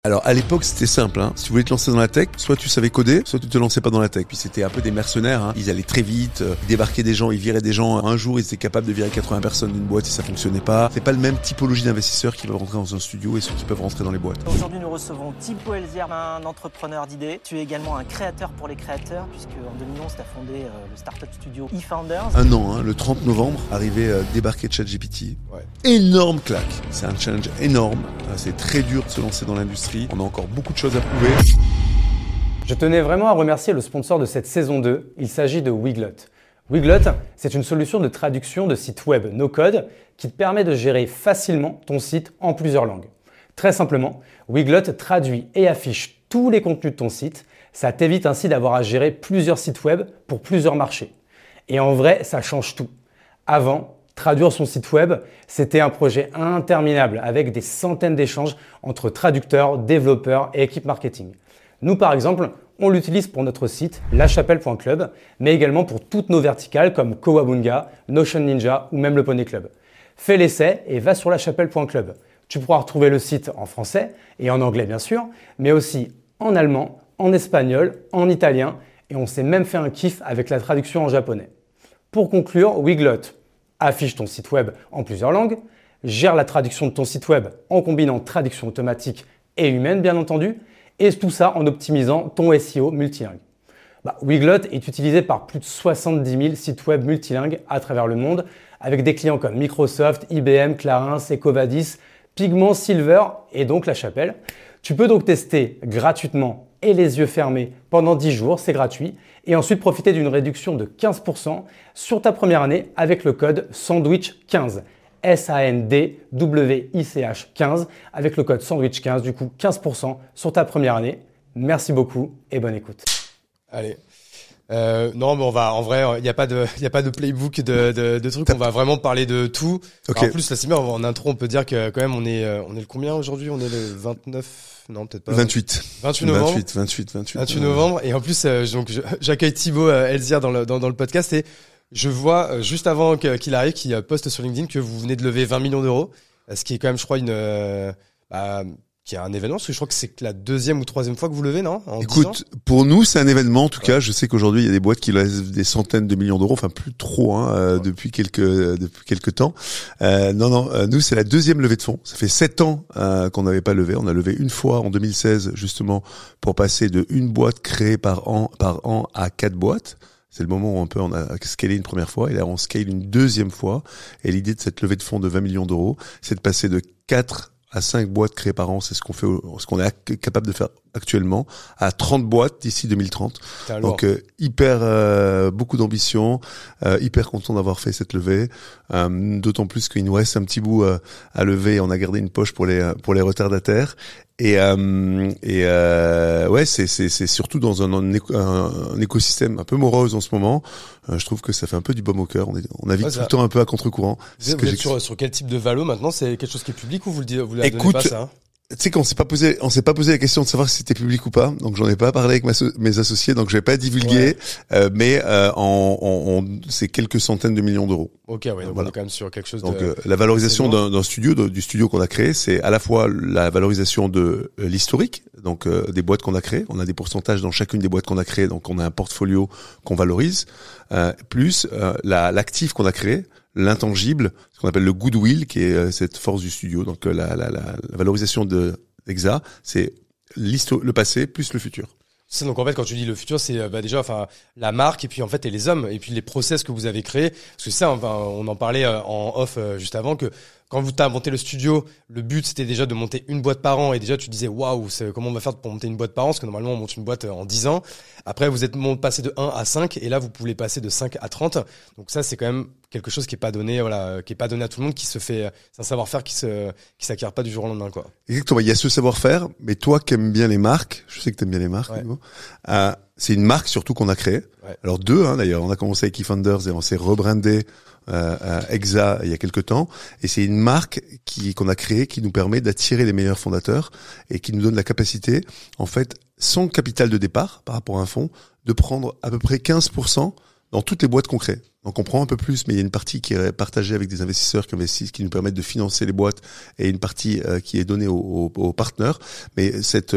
Alors à l'époque c'était simple, hein. Si tu voulais te lancer dans la tech, soit tu savais coder, soit tu te lançais pas dans la tech. Puis c'était un peu des mercenaires, hein. Ils allaient très vite, ils débarquaient des gens, ils viraient des gens. Un jour ils étaient capables de virer 80 personnes d'une boîte si ça fonctionnait pas. C'est pas le même typologie d'investisseurs qui peuvent rentrer dans un studio et ceux qui peuvent rentrer dans les boîtes. Aujourd'hui nous recevons Thibaut Elzière, un entrepreneur d'idées. Tu es également un créateur pour les créateurs puisque en 2011 tu as fondé le startup studio eFounders. Un an, hein, le 30 novembre, arrivé débarquer ChatGPT. Ouais. Énorme claque. C'est un challenge énorme. C'est très dur de se lancer dans l'industrie. On a encore beaucoup de choses à prouver. Je tenais vraiment à remercier le sponsor de cette saison 2. Il s'agit de Weglot. Weglot, c'est une solution de traduction de site web no-code qui te permet de gérer facilement ton site en plusieurs langues. Très simplement, Weglot traduit et affiche tous les contenus de ton site. Ça t'évite ainsi d'avoir à gérer plusieurs sites web pour plusieurs marchés. Et en vrai, ça change tout. Avant, traduire son site web, c'était un projet interminable avec des centaines d'échanges entre traducteurs, développeurs et équipes marketing. Nous, par exemple, on l'utilise pour notre site lachapelle.club, mais également pour toutes nos verticales comme Kowabunga, Notion Ninja ou même le Poney Club. Fais l'essai et va sur lachapelle.club. Tu pourras retrouver le site en français et en anglais bien sûr, mais aussi en allemand, en espagnol, en italien et on s'est même fait un kiff avec la traduction en japonais. Pour conclure, Weglot affiche ton site web en plusieurs langues, gère la traduction de ton site web en combinant traduction automatique et humaine bien entendu, et tout ça en optimisant ton SEO multilingue. Weglot est utilisé par plus de 70 000 sites web multilingues à travers le monde, avec des clients comme Microsoft, IBM, Clarins, Ecovadis, Pigment, Silver et donc La Chapelle. Tu peux donc tester gratuitement et les yeux fermés pendant 10 jours, c'est gratuit, et ensuite profiter d'une réduction de 15% sur ta première année avec le code SANDWICH15. SANDWICH 15 avec le code SANDWICH 15, du coup 15% sur ta première année. Merci beaucoup et bonne écoute. Allez. Non, mais en vrai, il n'y a pas de playbook de trucs. On va vraiment parler de tout. Okay. En plus, là, c'est bien. En intro, on peut dire que quand même, on est le combien aujourd'hui? On est le 29, non, peut-être pas. 28 novembre. 28 novembre. Et en plus, donc, j'accueille Thibaut Elzière dans le podcast et je vois, juste avant qu'il arrive, qu'il poste sur LinkedIn que vous venez de lever 20 millions d'euros. Ce qui est quand même, je crois, qui est un événement, parce que je crois que c'est la deuxième ou troisième fois que vous levez, non? Écoute, pour nous, c'est un événement, en tout cas. Je sais qu'aujourd'hui, il y a des boîtes qui lèvent des centaines de millions d'euros, enfin plus trop, depuis quelques temps. Nous, c'est la deuxième levée de fonds. Ça fait 7 ans qu'on n'avait pas levé. On a levé une fois en 2016, justement, pour passer de une boîte créée par an à 4 boîtes. C'est le moment où on a scalé une première fois et là on scale une deuxième fois. Et l'idée de cette levée de fonds de 20 millions d'euros, c'est de passer de 4 à 5 boîtes créées par an. C'est ce qu'on est capable de faire actuellement, à 30 boîtes d'ici 2030. Donc beaucoup d'ambition, hyper content d'avoir fait cette levée. D'autant plus qu'il nous reste un petit bout à lever. On a gardé une poche pour les retardataires. C'est surtout dans un écosystème un peu morose en ce moment. Je trouve que ça fait un peu du baume au cœur. On navigue tout le temps un peu à contre-courant. Vous êtes sur quel type de valo maintenant? C'est quelque chose qui est public ou vous la donnez pas, ça? Tu sais qu'on s'est pas posé la question de savoir si c'était public ou pas. Donc j'en ai pas parlé avec mes associés, donc je vais pas divulguer. Ouais. C'est quelques centaines de millions d'euros. Ok, ouais. Donc voilà. On est quand même sur quelque chose. Donc la valorisation du studio qu'on a créé, c'est à la fois la valorisation de l'historique, donc des boîtes qu'on a créées. On a des pourcentages dans chacune des boîtes qu'on a créées, donc on a un portfolio qu'on valorise, plus l'actif qu'on a créé. L'intangible, ce qu'on appelle le goodwill, qui est cette force du studio. Donc la valorisation d'Exa, c'est le passé plus le futur. C'est donc en fait quand tu dis le futur, c'est déjà la marque et puis en fait et les hommes et puis les process que vous avez créés. Parce que ça, on en parlait en off juste avant que quand t'as monté le studio, le but c'était déjà de monter une boîte par an et déjà tu disais waouh, comment on va faire pour monter une boîte par an parce que normalement on monte une boîte en 10 ans. Après vous êtes passé de 1 à 5 et là vous pouvez passer de 5 à 30. Donc ça c'est quand même quelque chose qui est pas donné qui est pas donné à tout le monde, qui se fait, c'est un savoir-faire qui s'acquiert pas du jour au lendemain, quoi. Exactement, il y a ce savoir-faire, mais toi qui aimes bien les marques, je sais que t'aimes bien les marques, ouais. C'est une marque surtout qu'on a créée. Ouais. Alors 2 d'ailleurs, on a commencé avec eFounders et on s'est rebrandé Exa il y a quelques temps, et c'est une marque qu'on a créée qui nous permet d'attirer les meilleurs fondateurs et qui nous donne la capacité, en fait, sans capital de départ par rapport à un fonds, de prendre à peu près 15% dans toutes les boîtes qu'on crée. Donc on prend un peu plus, mais il y a une partie qui est partagée avec des investisseurs qui investissent, qui nous permettent de financer les boîtes, et une partie qui est donnée aux partenaires. Mais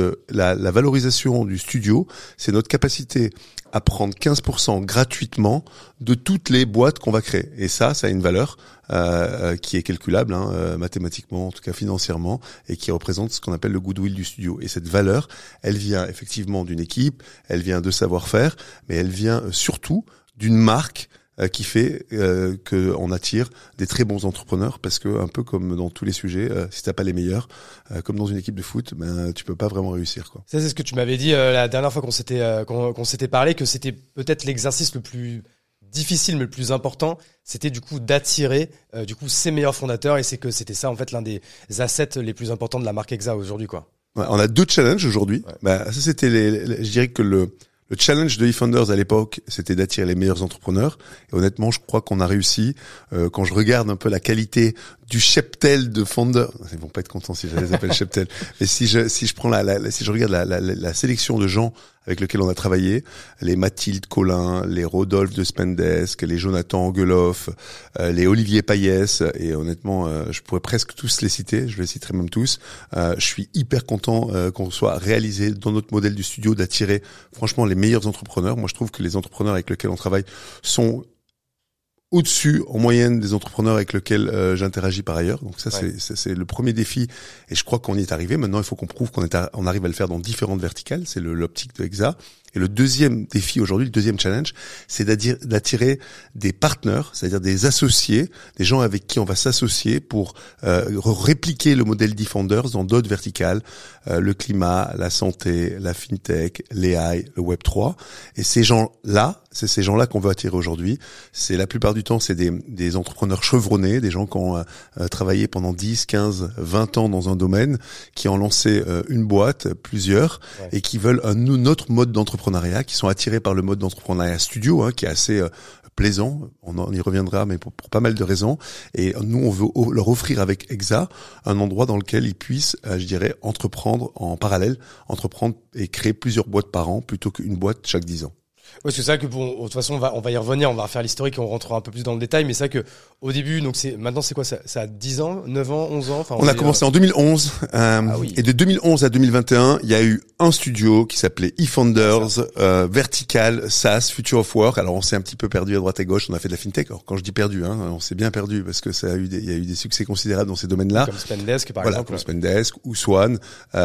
la valorisation du studio, c'est notre capacité à prendre 15% gratuitement de toutes les boîtes qu'on va créer. Et ça a une valeur qui est calculable, mathématiquement, en tout cas financièrement, et qui représente ce qu'on appelle le goodwill du studio. Et cette valeur, elle vient effectivement d'une équipe, elle vient de savoir-faire, mais elle vient surtout d'une marque qui fait que on attire des très bons entrepreneurs, parce que un peu comme dans tous les sujets, si t'as pas les meilleurs, comme dans une équipe de foot, tu peux pas vraiment réussir, quoi. Ça, c'est ce que tu m'avais dit la dernière fois qu'on s'était parlé, que c'était peut-être l'exercice le plus difficile mais le plus important, c'était du coup d'attirer ces meilleurs fondateurs, et c'est que c'était ça en fait l'un des assets les plus importants de la marque Exa aujourd'hui, quoi. Ouais, on a 2 challenges aujourd'hui. Ouais. Ça c'était je dirais que le challenge de eFounders à l'époque, c'était d'attirer les meilleurs entrepreneurs. Et honnêtement, je crois qu'on a réussi. Quand je regarde un peu la qualité du cheptel de founders, ils vont pas être contents si je les appelle cheptel. Mais si je prends si je regarde la sélection de gens avec lesquels on a travaillé, les Mathilde Collin, les Rodolphe de Spendesk, les Jonathan Angeloff, les Olivier Payès, et honnêtement, je pourrais presque tous les citer, je les citerai même tous. Je suis hyper content qu'on soit réalisé dans notre modèle du studio d'attirer franchement les meilleurs entrepreneurs. Moi, je trouve que les entrepreneurs avec lesquels on travaille sont au-dessus, en moyenne, des entrepreneurs avec lesquels j'interagis par ailleurs. Donc ça, c'est le premier défi, et je crois qu'on y est arrivé. Maintenant, il faut qu'on prouve on arrive à le faire dans différentes verticales. C'est l'optique de Exa. Et le deuxième défi aujourd'hui, le deuxième challenge, c'est d'attirer des partenaires, c'est-à-dire des associés, des gens avec qui on va s'associer pour répliquer le modèle d'eFounders dans d'autres verticales, le climat, la santé, la fintech, l'AI, le Web3. Et c'est ces gens-là qu'on veut attirer aujourd'hui. C'est la plupart du temps, c'est des entrepreneurs chevronnés, des gens qui ont travaillé pendant 10, 15, 20 ans dans un domaine, qui ont lancé une boîte, plusieurs, et qui veulent un autre mode d'entrepreneuriat, qui sont attirés par le mode d'entrepreneuriat studio, qui est assez plaisant. On y reviendra, mais pour pas mal de raisons. Et nous, on veut leur offrir avec Exa un endroit dans lequel ils puissent, je dirais, entreprendre en parallèle, entreprendre et créer plusieurs boîtes par an plutôt qu'une boîte chaque 10 ans. Ouais, c'est ça que bon, de toute façon, on va y revenir, on va refaire l'historique et on rentrera un peu plus dans le détail, mais c'est ça que, au début, donc maintenant c'est quoi, ça a 10 ans, 9 ans, 11 ans? Enfin, on a commencé en 2011, et de 2011 à 2021, il y a eu un studio qui s'appelait eFounders, vertical, SaaS, Future of Work. Alors, on s'est un petit peu perdu à droite et gauche, on a fait de la fintech. Alors, quand je dis perdu, on s'est bien perdu, parce que il y a eu des succès considérables dans ces domaines-là. Comme Spendesk, par exemple. Comme Spendesk ou Swan.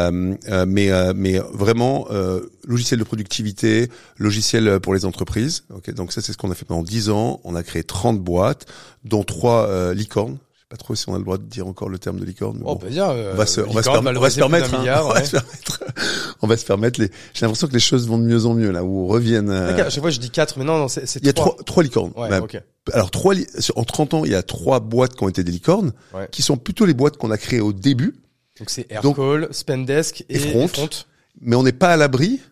Mais vraiment, logiciel de productivité, logiciel pour les entreprises. Okay, donc ça, c'est ce qu'on a fait pendant 10 ans. On a créé 30 boîtes, dont 3 licornes. Je sais pas trop si on a le droit de dire encore le terme de licorne. On peut dire. On va se permettre. On va se permettre. J'ai l'impression que les choses vont de mieux en mieux là, où on revienne. À chaque fois, je dis 4, mais non, c'est 3. Il y a 3 licornes. Ouais, okay. Alors en 30 ans, il y a 3 boîtes qui ont été des licornes, qui sont plutôt les boîtes qu'on a créées au début. Donc c'est Aircall, Spendesk et Front. Mais on n'est pas à l'abri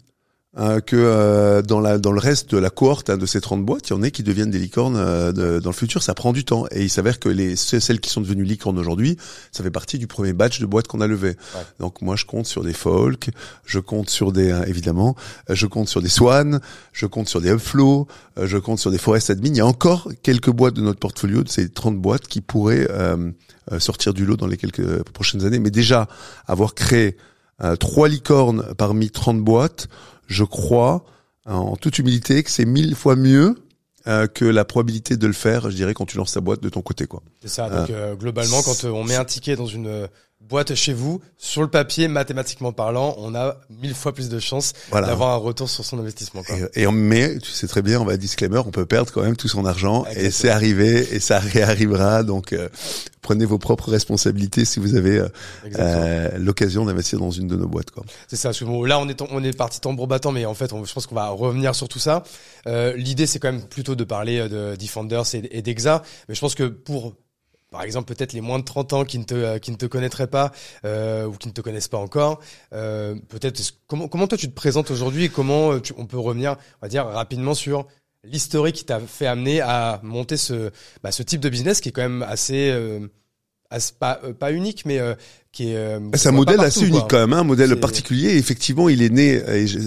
que dans le reste de la cohorte de ces 30 boîtes, il y en a qui deviennent des licornes dans le futur. Ça prend du temps, et il s'avère que celles qui sont devenues licornes aujourd'hui, ça fait partie du premier batch de boîtes qu'on a levé. Ouais. Donc moi, je compte sur des Folk, je compte sur évidemment, je compte sur des Swan, je compte sur des Upflow, je compte sur des Forest Admin. Il y a encore quelques boîtes de notre portfolio, de ces 30 boîtes, qui pourraient sortir du lot dans les quelques prochaines années. Mais déjà, avoir créé 3 licornes parmi 30 boîtes, je crois, en toute humilité, que c'est 1000 fois mieux que la probabilité de le faire, je dirais, quand tu lances ta boîte de ton côté, quoi. C'est ça. Donc globalement, quand on met un ticket dans une boîte chez vous, sur le papier, mathématiquement parlant, on a 1000 fois plus de chances d'avoir un retour sur son investissement, quoi. Mais tu sais très bien, on va disclaimer, on peut perdre quand même tout son argent. Exactement. Et c'est arrivé, et ça réarrivera. Donc prenez vos propres responsabilités si vous avez l'occasion d'investir dans une de nos boîtes, quoi. C'est ça. Parce que bon, là, on est parti tambour battant, mais en fait, je pense qu'on va revenir sur tout ça. L'idée, c'est quand même plutôt de parler d'eFounders et d'Exa, mais je pense que par exemple, peut-être les moins de 30 ans qui ne te connaîtraient pas ou qui ne te connaissent pas encore, peut-être comment toi tu te présentes aujourd'hui, et comment on peut revenir, on va dire, rapidement sur l'historique qui t'a fait amener à monter ce type de business qui est quand même assez pas unique, mais qui est. C'est un modèle assez unique quoi. quand même, hein, un modèle particulier. Et effectivement, il est né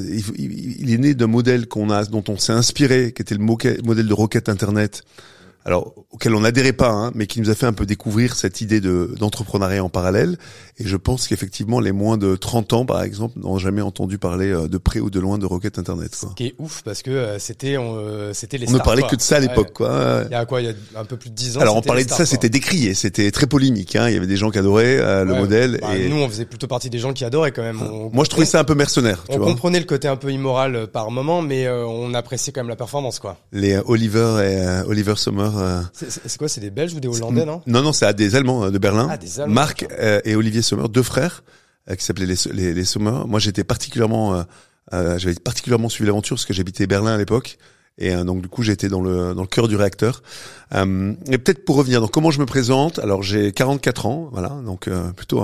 d'un modèle dont on s'est inspiré, qui était le modèle de requête Internet. Alors, auquel on n'adhérait pas, hein, mais qui nous a fait un peu découvrir cette idée d'entrepreneuriat en parallèle. Et je pense qu'effectivement, les moins de 30 ans, par exemple, n'ont jamais entendu parler de près ou de loin de requête Internet, quoi. Ce qui est ouf, parce que c'était les On stars. ne parlait que de ça à l'époque, quoi. Il y a un peu plus de 10 ans. Alors, on parlait de ça, c'était décrié, c'était très polémique, hein. Il y avait des gens qui adoraient le modèle. Et nous, on faisait plutôt partie des gens qui adoraient quand même. Moi, je trouvais ça un peu mercenaire, tu vois. On comprenait le côté un peu immoral par moment, mais on appréciait quand même la performance, quoi. Les Oliver Sommer. C'est quoi, c'est des Belges ou des Hollandais, non? Non, c'est des Allemands de Berlin. Ah, des Allemands. Marc et Olivier Sommer, deux frères qui s'appelaient les Sommer. Moi, j'avais particulièrement suivi l'aventure parce que j'habitais Berlin à l'époque. Et donc du coup, j'étais dans le cœur du réacteur. Et peut-être pour revenir, donc comment je me présente? Alors j'ai 44 ans, voilà, donc plutôt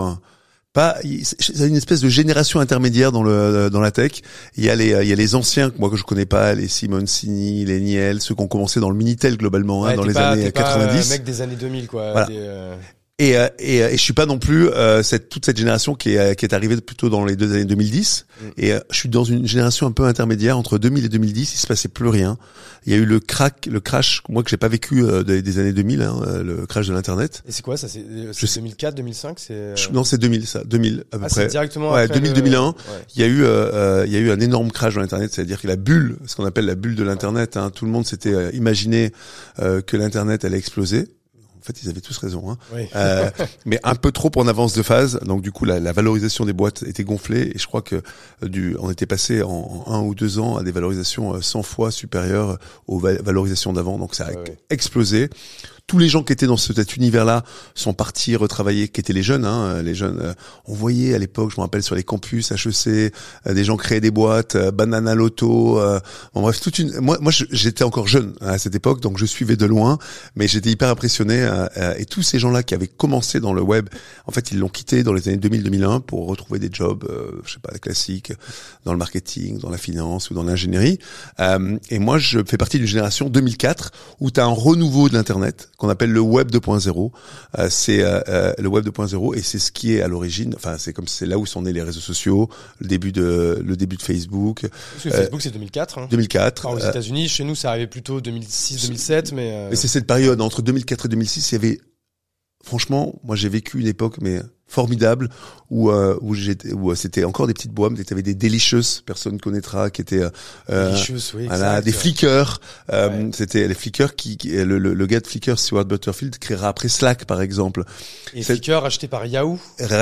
c'est une espèce de génération intermédiaire dans la tech. Il y a les anciens que je connais pas, les Simoncini, les Niel, ceux qui ont commencé dans le Minitel globalement, dans les années 90. Mec des années 2000, quoi. Voilà. Et je suis pas non plus toute cette génération qui est arrivée plutôt dans les deux années 2010. Et je suis dans une génération un peu intermédiaire entre 2000 et 2010. Il se passait plus rien. Il y a eu le crash, moi que j'ai pas vécu des années 2000, hein, le crash de l'internet. Et c'est quoi ça? C'est 2004, 2005, Non, c'est 2000 ça, 2000 à peu près. C'est directement ouais, après 2000 2001. Ouais. Il y a eu un énorme crash de l'internet, c'est-à-dire que la bulle, ce qu'on appelle la bulle de l'internet, hein, tout le monde s'était imaginé que l'internet allait exploser. En fait, ils avaient tous raison, hein. Oui. Mais un peu trop en avance de phase. Donc, du coup, la valorisation des boîtes était gonflée. Et je crois que on était passé en 1 ou 2 ans à des valorisations 100 fois supérieures aux valorisations d'avant. Donc, ça a explosé. Tous les gens qui étaient dans cet univers-là sont partis retravailler, qui étaient les jeunes, hein, on voyait à l'époque, je me rappelle sur les campus HEC, des gens créaient des boîtes, Banana Lotto, bon, bref, moi j'étais encore jeune à cette époque, donc je suivais de loin, mais j'étais hyper impressionné, et tous ces gens-là qui avaient commencé dans le web, en fait, ils l'ont quitté dans les années 2000-2001 pour retrouver des jobs, je sais pas, classiques, dans le marketing, dans la finance ou dans l'ingénierie, et moi je fais partie d'une génération 2004 où tu as un renouveau de l'internet qu'on appelle le web 2.0. C'est le web 2.0 et c'est ce qui est à l'origine. Enfin, c'est là où sont nés les réseaux sociaux, le début de Facebook. Parce que Facebook c'est 2004. Hein. 2004. Enfin, aux États-Unis, chez nous, ça arrivait plutôt 2006-2007, mais. Mais c'est cette période entre 2004 et 2006. Il y avait, franchement, moi j'ai vécu une époque formidable où c'était encore des petites boîtes, mais t'avais des Delicious, personne connaîtra, qui étaient Delicious, oui, voilà, des Flickr, c'était les Flickr le gars de Flickr, Stuart Butterfield, créera après Slack par exemple. Et Flickr racheté par Yahoo.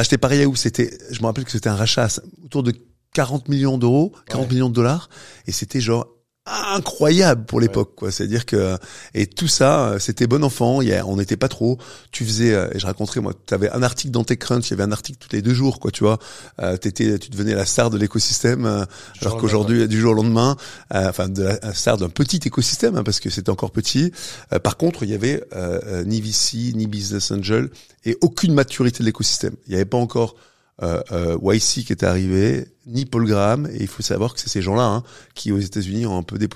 Je me rappelle que c'était un rachat autour de 40 millions d'euros, 40 millions de dollars, et c'était genre incroyable pour l'époque, quoi. C'est-à-dire que, et tout ça, c'était bon enfant, on n'était pas trop, tu faisais, et je raconterai, moi, t'avais un article dans TechCrunch, il y avait un article tous les 2 jours, quoi, tu vois, tu devenais la star de l'écosystème, alors qu'aujourd'hui, du jour au lendemain, la star d'un petit écosystème, hein, parce que c'était encore petit. Par contre, il y avait, ni VC, ni Business Angel, et aucune maturité de l'écosystème. Il n'y avait pas encore, YC qui était arrivé, ni Paul Graham, et il faut savoir que c'est ces gens-là, hein, qui aux États-Unis ont un peu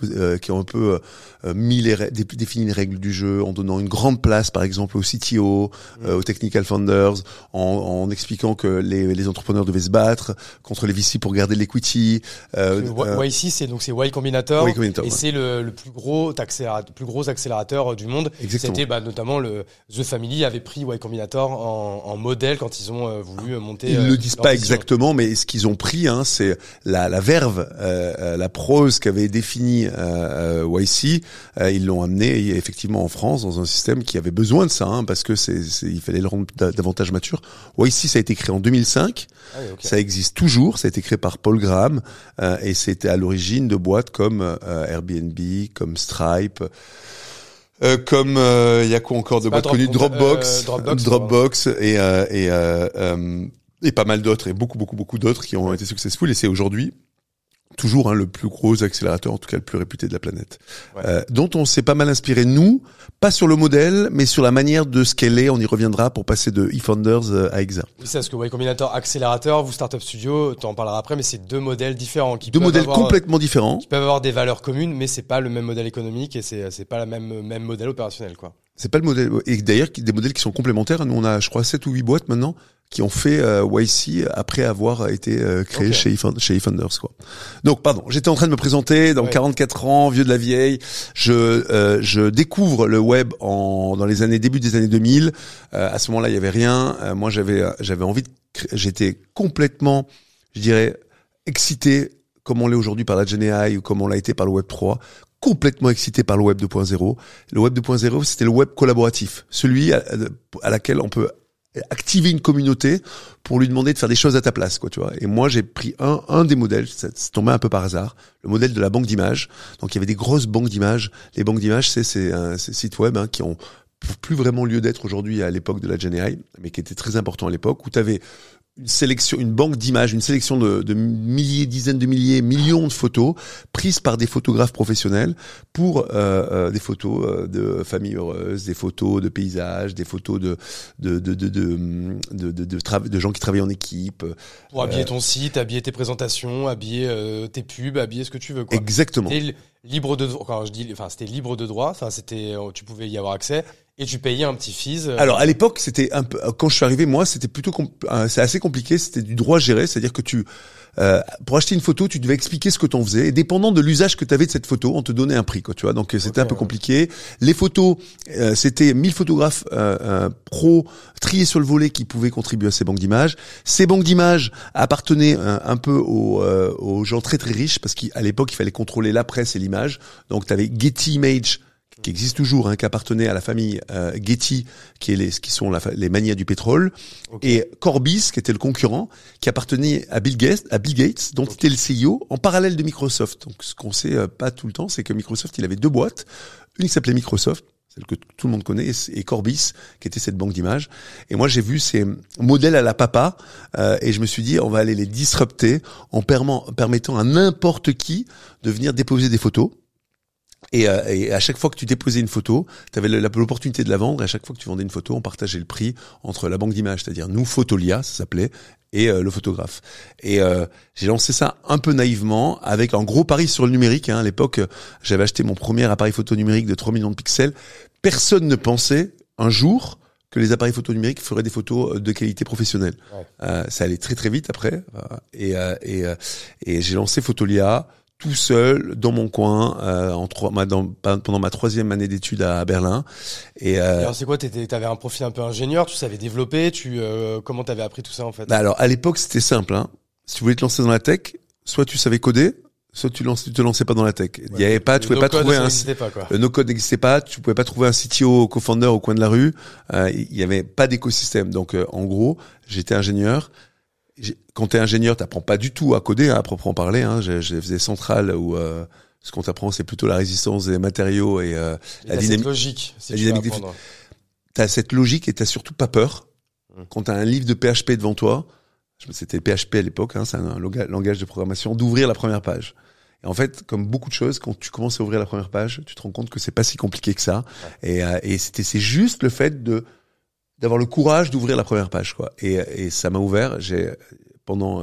défini les règles du jeu en donnant une grande place, par exemple, aux CTO, aux technical founders, en expliquant que les entrepreneurs devaient se battre contre les VC pour garder l'equity. YC, c'est Y Combinator, et c'est le plus gros accélérateur du monde. Exactement. C'était notamment The Family avait pris Y Combinator en modèle quand ils ont voulu monter. Ils le disent pas exactement, mais ce qu'ils ont pris, hein, c'est la verve, la prose qu'avait défini YC. Ils l'ont amené effectivement en France dans un système qui avait besoin de ça, hein, parce que il fallait le rendre davantage mature. YC, ça a été créé en 2005. Okay. Ça existe toujours. Ça a été créé par Paul Graham et c'était à l'origine de boîtes comme Airbnb, comme Stripe. Comme il y a quoi encore de boîtes connues, Dropbox et pas mal d'autres, et beaucoup d'autres qui ont été successful, et c'est aujourd'hui toujours le plus gros accélérateur, en tout cas le plus réputé de la planète, dont on s'est pas mal inspiré, nous, pas sur le modèle, mais sur la manière de ce qu'elle est. On y reviendra pour passer de eFounders à Exa. Oui, c'est parce que Y Combinator accélérateur, vous Startup Studio, t'en parleras après, mais c'est 2 modèles différents. Deux modèles complètement différents. Qui peuvent avoir des valeurs communes, mais c'est pas le même modèle économique et c'est pas le même modèle opérationnel, quoi. C'est pas le modèle. Et d'ailleurs, des modèles qui sont complémentaires. Nous, on a, je crois, 7 ou 8 boîtes maintenant qui ont fait YC après avoir été créés chez eFounders, quoi. Donc, pardon, j'étais en train de me présenter. Dans 44 ans, vieux de la vieille, je découvre le web dans les début des années 2000. À ce moment-là, il y avait rien. Moi, j'avais envie j'étais complètement, je dirais, excité, comme on l'est aujourd'hui par la GenAI ou comme on l'a été par le Web 3. Complètement excité par le Web 2.0. Le Web 2.0, c'était le web collaboratif, celui à laquelle on peut activer une communauté pour lui demander de faire des choses à ta place, quoi, tu vois. Et moi, j'ai pris un des modèles, c'est tombé un peu par hasard, le modèle de la banque d'images. Donc, il y avait des grosses banques d'images. Les banques d'images, c'est ces sites web qui ont plus vraiment lieu d'être aujourd'hui à l'époque de la GenAI, mais qui étaient très importants à l'époque, où tu avais une banque d'images, une sélection de milliers, dizaines de milliers, millions de photos prises par des photographes professionnels pour des photos de familles heureuses, des photos de paysages, des photos de gens qui travaillent en équipe. Pour habiller ton site, habiller tes présentations, habiller tes pubs, habiller ce que tu veux, quoi. Exactement. C'était libre de droit. Quand je dis, c'était libre de droit. Enfin, tu pouvais y avoir accès. Et tu payais un petit fees. Alors à l'époque, c'était un peu, quand je suis arrivé, moi, c'était plutôt c'est assez compliqué. C'était du droit géré, c'est-à-dire que pour acheter une photo, tu devais expliquer ce que t'en faisais. Et dépendant de l'usage que tu avais de cette photo, on te donnait un prix, quoi. Tu vois, donc c'était un peu compliqué. Les photos, c'était 1000 photographes pro triés sur le volet qui pouvaient contribuer à ces banques d'images. Ces banques d'images appartenaient un peu aux gens très très riches parce qu'à l'époque, il fallait contrôler la presse et l'image. Donc tu avais Getty Image qui existe toujours, qui appartenait à la famille Getty, qui sont les manias du pétrole, et Corbis, qui était le concurrent, qui appartenait à Bill Gates, dont il était le CEO, en parallèle de Microsoft. Donc, ce qu'on sait pas tout le temps, c'est que Microsoft, il avait 2 boîtes, une qui s'appelait Microsoft, celle que tout le monde connaît, et Corbis, qui était cette banque d'images. Et moi, j'ai vu ces modèles à la papa, et je me suis dit, on va aller les disrupter en permettant à n'importe qui de venir déposer des photos. Et à chaque fois que tu déposais une photo, tu avais l'opportunité de la vendre. Et à chaque fois que tu vendais une photo, on partageait le prix entre la banque d'images, c'est-à-dire nous, Photolia, ça s'appelait, et le photographe. Et j'ai lancé ça un peu naïvement, avec un gros pari sur le numérique. À l'époque, j'avais acheté mon premier appareil photo numérique de 3 millions de pixels. Personne ne pensait un jour que les appareils photo numériques feraient des photos de qualité professionnelle. Ça allait très très vite après. Et j'ai lancé Photolia tout seul dans mon coin pendant ma 3e année d'études à Berlin. Et alors c'est quoi, t'avais un profil un peu ingénieur, tu savais développer, comment t'avais appris tout ça en fait? Alors à l'époque c'était simple, Si tu voulais te lancer dans la tech, soit tu savais coder, soit tu te lançais pas dans la tech. Il y avait pas, tu pouvais pas trouver le no-code n'existait pas, tu pouvais pas trouver un CTO co-founder au coin de la rue, il y avait pas d'écosystème. Donc en gros, j'étais ingénieur. Quand t'es ingénieur, t'apprends pas du tout à coder, à proprement parler. Je faisais Centrale où ce qu'on t'apprend, c'est plutôt la résistance des matériaux et la dynamique. Logique, la dynamique. T'as cette logique et t'as surtout pas peur. Quand t'as un livre de PHP devant toi, c'était PHP à l'époque, c'est un langage de programmation, d'ouvrir la première page. Et en fait, comme beaucoup de choses, quand tu commences à ouvrir la première page, tu te rends compte que c'est pas si compliqué que ça. Et c'est juste le fait d'avoir le courage d'ouvrir la première page, quoi. Et ça m'a ouvert. Pendant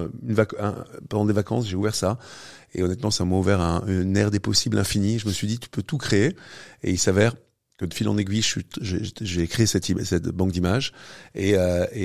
des vacances, j'ai ouvert ça. Et honnêtement, ça m'a ouvert une ère des possibles infinie. Je me suis dit, tu peux tout créer. Et il s'avère que de fil en aiguille, j'ai créé cette banque d'images. Et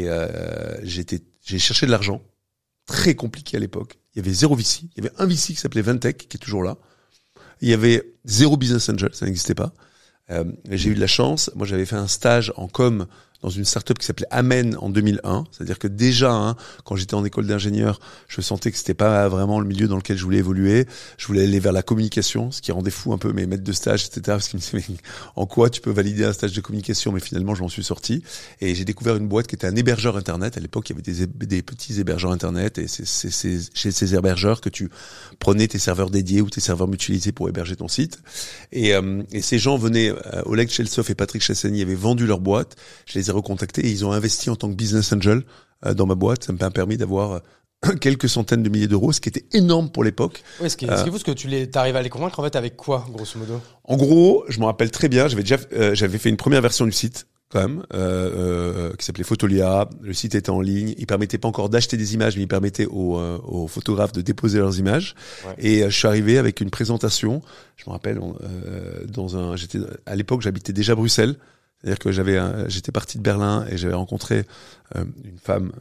j'ai cherché de l'argent. Très compliqué à l'époque. Il y avait 0 VC. Il y avait un VC qui s'appelait Ventec, qui est toujours là. Il y avait 0 business angel. Ça n'existait pas. J'ai eu de la chance. Moi, j'avais fait un stage en com dans une startup qui s'appelait Amen en 2001. C'est-à-dire que déjà, quand j'étais en école d'ingénieur, je sentais que c'était pas vraiment le milieu dans lequel je voulais évoluer. Je voulais aller vers la communication, ce qui rendait fou un peu mes maîtres de stage, etc. Parce qu'ils me disaient, mais en quoi tu peux valider un stage de communication? Mais finalement, je m'en suis sorti. Et j'ai découvert une boîte qui était un hébergeur Internet. À l'époque, il y avait des petits hébergeurs Internet. Et c'est chez ces hébergeurs que tu prenais tes serveurs dédiés ou tes serveurs mutualisés pour héberger ton site. Et ces gens venaient, Oleg Cheltsov et Patrick Chassani avaient vendu leur boîte. Je les ai recontactés et ils ont investi en tant que business angel dans ma boîte. Ça m'a permis d'avoir quelques centaines de milliers d'euros, ce qui était énorme pour l'époque. Oui, ce qui est fou, que t'arrives à les convaincre en fait avec quoi, grosso modo? En gros, je me rappelle très bien, j'avais fait une première version du site quand même, qui s'appelait Photolia. Le site était en ligne. Il permettait pas encore d'acheter des images, mais il permettait aux photographes de déposer leurs images. Ouais. Et je suis arrivé avec une présentation. Je me rappelle, à l'époque, j'habitais déjà Bruxelles. C'est-à-dire que j'étais parti de Berlin et j'avais rencontré une femme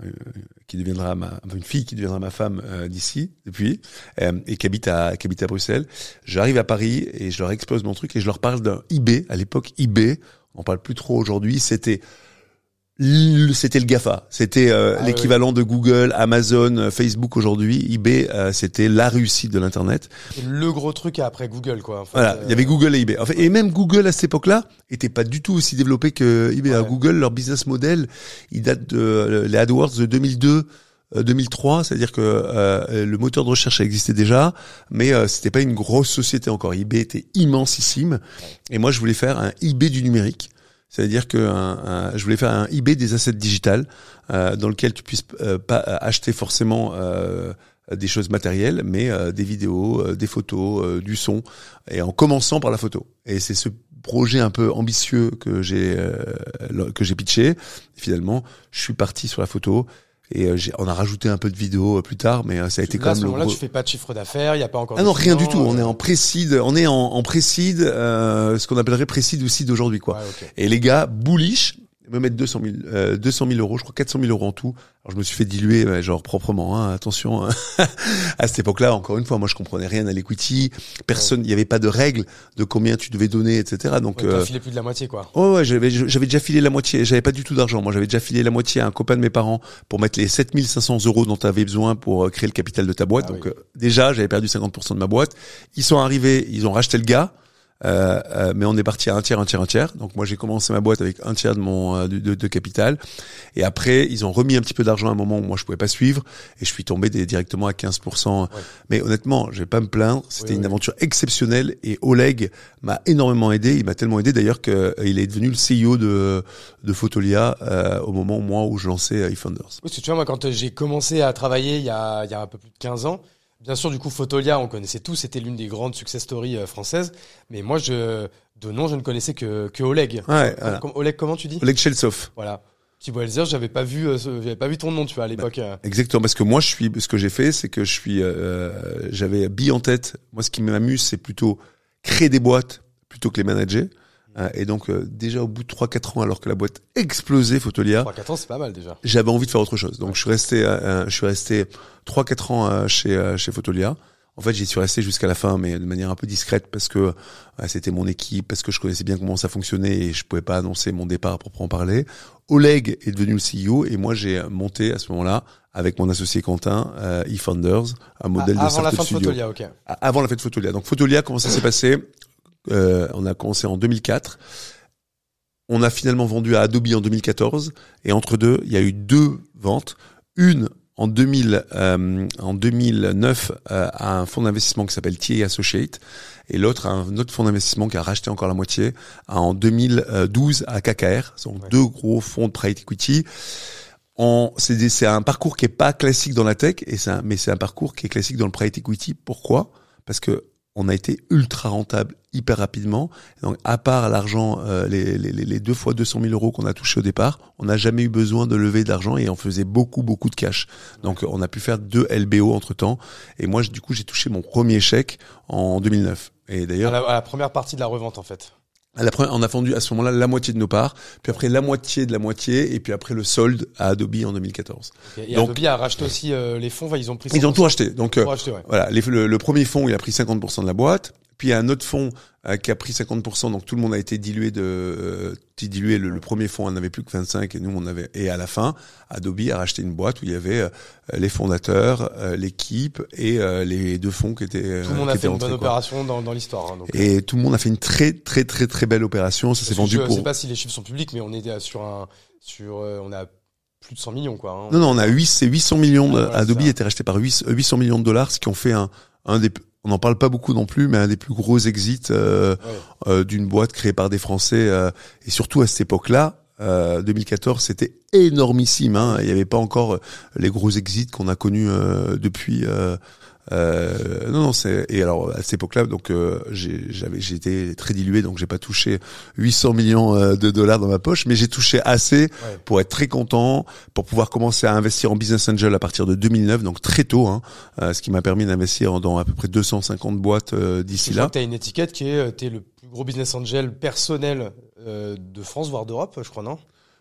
une fille qui deviendra ma femme d'ici depuis et qui habite à Bruxelles. J'arrive à Paris et je leur explose mon truc et je leur parle d'un eBay. À l'époque, eBay, on parle plus trop aujourd'hui. C'était le GAFA, c'était l'équivalent de Google, Amazon, Facebook aujourd'hui. eBay, c'était la réussite de l'internet. Le gros truc après Google, quoi. En fait, voilà, il y avait Google et eBay. En fait, et même Google à cette époque-là était pas du tout aussi développé que eBay. Ouais. Google, leur business model, il date de les AdWords de 2002. 2003, c'est-à-dire que le moteur de recherche existait déjà, mais c'était pas une grosse société encore. eBay était immensissime, et moi je voulais faire un eBay du numérique. C'est-à-dire que je voulais faire un eBay des assets digitales dans lequel tu puisses pas acheter forcément des choses matérielles, mais des vidéos, des photos, du son, et en commençant par la photo. Et c'est ce projet un peu ambitieux que j'ai pitché. Et finalement, je suis parti sur la photo. Et on a rajouté un peu de vidéos plus tard, mais ça a été quand même le gros. Tu fais pas de chiffre d'affaires, il y a pas encore. Ah non, rien du tout. On est en pré-seed, en pré-seed, ce qu'on appellerait pré-seed ou seed aujourd'hui, quoi. Ouais, okay. Et les gars, bullish, me mettre 200 000 euros, je crois 400 000 euros en tout. Alors je me suis fait diluer, genre proprement, hein, attention. À cette époque-là, encore une fois, moi je comprenais rien à l'equity. Personne, il y avait pas de règles de combien tu devais donner, etc. Donc t'as filé plus de la moitié, quoi. Ouais, j'avais déjà filé la moitié. J'avais pas du tout d'argent. Moi, j'avais déjà filé la moitié à un copain de mes parents pour mettre les 7 500 euros dont tu avais besoin pour créer le capital de ta boîte. Donc déjà, j'avais perdu 50% de ma boîte. Ils sont arrivés, ils ont racheté le gars. Mais on est parti à un tiers. Donc moi j'ai commencé ma boîte avec un tiers de mon de capital. Et après ils ont remis un petit peu d'argent à un moment où moi je pouvais pas suivre et je suis tombé directement à 15%. Ouais. Mais honnêtement, je vais pas me plaindre. C'était une aventure exceptionnelle et Oleg m'a énormément aidé. Il m'a tellement aidé d'ailleurs que il est devenu le CEO de Fotolia au moment où je lançais eFounders. Oui, parce que tu vois, moi quand j'ai commencé à travailler il y a un peu plus de 15 ans. Bien sûr, du coup, Fotolia, on connaissait tous, c'était l'une des grandes success stories françaises. Mais moi, de nom, je ne connaissais que Oleg. Ouais, Oleg, comment tu dis? Oleg Cheltsov. Voilà. Thibaut Elzer, j'avais pas vu ton nom, tu vois, à l'époque. Exactement, parce que moi, ce que j'ai fait, c'est que j'avais bille en tête. Moi, ce qui m'amuse, c'est plutôt créer des boîtes plutôt que les manager. Et donc déjà au bout de 3-4 ans, alors que la boîte explosait, Fotolia. 3-4 ans, c'est pas mal déjà. J'avais envie de faire autre chose. Donc je suis resté 3-4 ans chez Fotolia. En fait, j'y suis resté jusqu'à la fin, mais de manière un peu discrète parce que c'était mon équipe, parce que je connaissais bien comment ça fonctionnait et je pouvais pas annoncer mon départ à proprement parler. Oleg est devenu le CEO et moi j'ai monté à ce moment-là avec mon associé Quentin eFounders, un modèle de startup studio. Avant la fin de Fotolia, ok. Avant la fin de Fotolia. Donc Fotolia, comment ça s'est passé? On a commencé en 2004. On a finalement vendu à Adobe en 2014 et entre deux, il y a eu 2 ventes. Une en 2009 à un fonds d'investissement qui s'appelle TA Associates et l'autre à un autre fonds d'investissement qui a racheté encore la moitié en 2012 à KKR. Ce sont 2 gros fonds de private equity. C'est un parcours qui est pas classique dans la tech mais c'est un parcours qui est classique dans le private equity. Pourquoi? Parce que on a été ultra rentable hyper rapidement. Donc, à part l'argent, les 2 fois 200 000 euros qu'on a touché au départ, on n'a jamais eu besoin de lever d'argent et on faisait beaucoup de cash. Donc, on a pu faire 2 LBO entre temps. Et moi, du coup, j'ai touché mon premier chèque en 2009. Et d'ailleurs, à la première partie de la revente, en fait. On a vendu à ce moment-là la moitié de nos parts, puis après la moitié de la moitié, et puis après le solde à Adobe en 2014. Okay. Et donc, Adobe a racheté aussi les fonds, ils ont pris 100%. Ils ont tout racheté. Donc ouais. Voilà, le premier fonds, il a pris 50% de la boîte, puis il y a un autre fonds qui a pris 50%, donc tout le monde a été dilué le premier fonds en avait plus que 25 et nous et à la fin, Adobe a racheté une boîte où il y avait les fondateurs, l'équipe et les 2 fonds qui étaient tout le monde a fait une bonne opération dans l'histoire, hein, donc, et tout le monde a fait une très belle opération, ça s'est vendu pour. Je sais pas si les chiffres sont publics, mais on est on a plus de 100 millions, quoi, hein. Non, on a 800 millions. Adobe a été racheté par 800 millions de dollars, ce qui ont fait on n'en parle pas beaucoup non plus, mais un des plus gros exits d'une boîte créée par des Français. Et surtout à cette époque-là, 2014, c'était énormissime. Hein. Il n'y avait pas encore les gros exits qu'on a connus depuis Non, et alors à cette époque-là, donc j'ai été très dilué, donc j'ai pas touché 800 millions de dollars dans ma poche, mais j'ai touché assez pour être très content, pour pouvoir commencer à investir en business angel à partir de 2009, donc très tôt, ce qui m'a permis d'investir dans à peu près 250 boîtes d'ici là. Tu as une étiquette qui est t'es le plus gros business angel personnel de France voire d'Europe, je crois, non?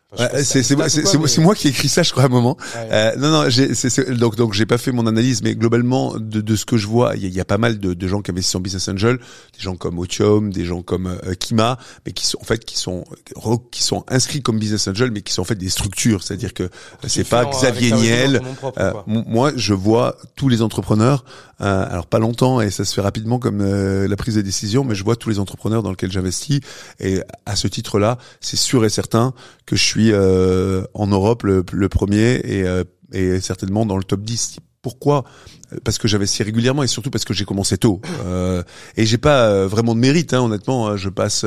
C'est moi qui ai écrit ça, je crois, à un moment. Non, donc j'ai pas fait mon analyse, mais globalement de ce que je vois, il y a pas mal de gens qui investissent en business angel, des gens comme Otium, des gens comme Kima, mais qui sont inscrits comme business angel, mais qui sont en fait des structures, c'est-à-dire que c'est pas Xavier Niel. Moi, je vois tous les entrepreneurs. Alors pas longtemps, et ça se fait rapidement comme la prise de décision, mais je vois tous les entrepreneurs dans lesquels j'investis, et à ce titre-là, c'est sûr et certain que je suis en Europe le premier et certainement dans le top 10. Pourquoi ? Parce que j'investis régulièrement et surtout parce que j'ai commencé tôt. Et j'ai pas vraiment de mérite, honnêtement. Je passe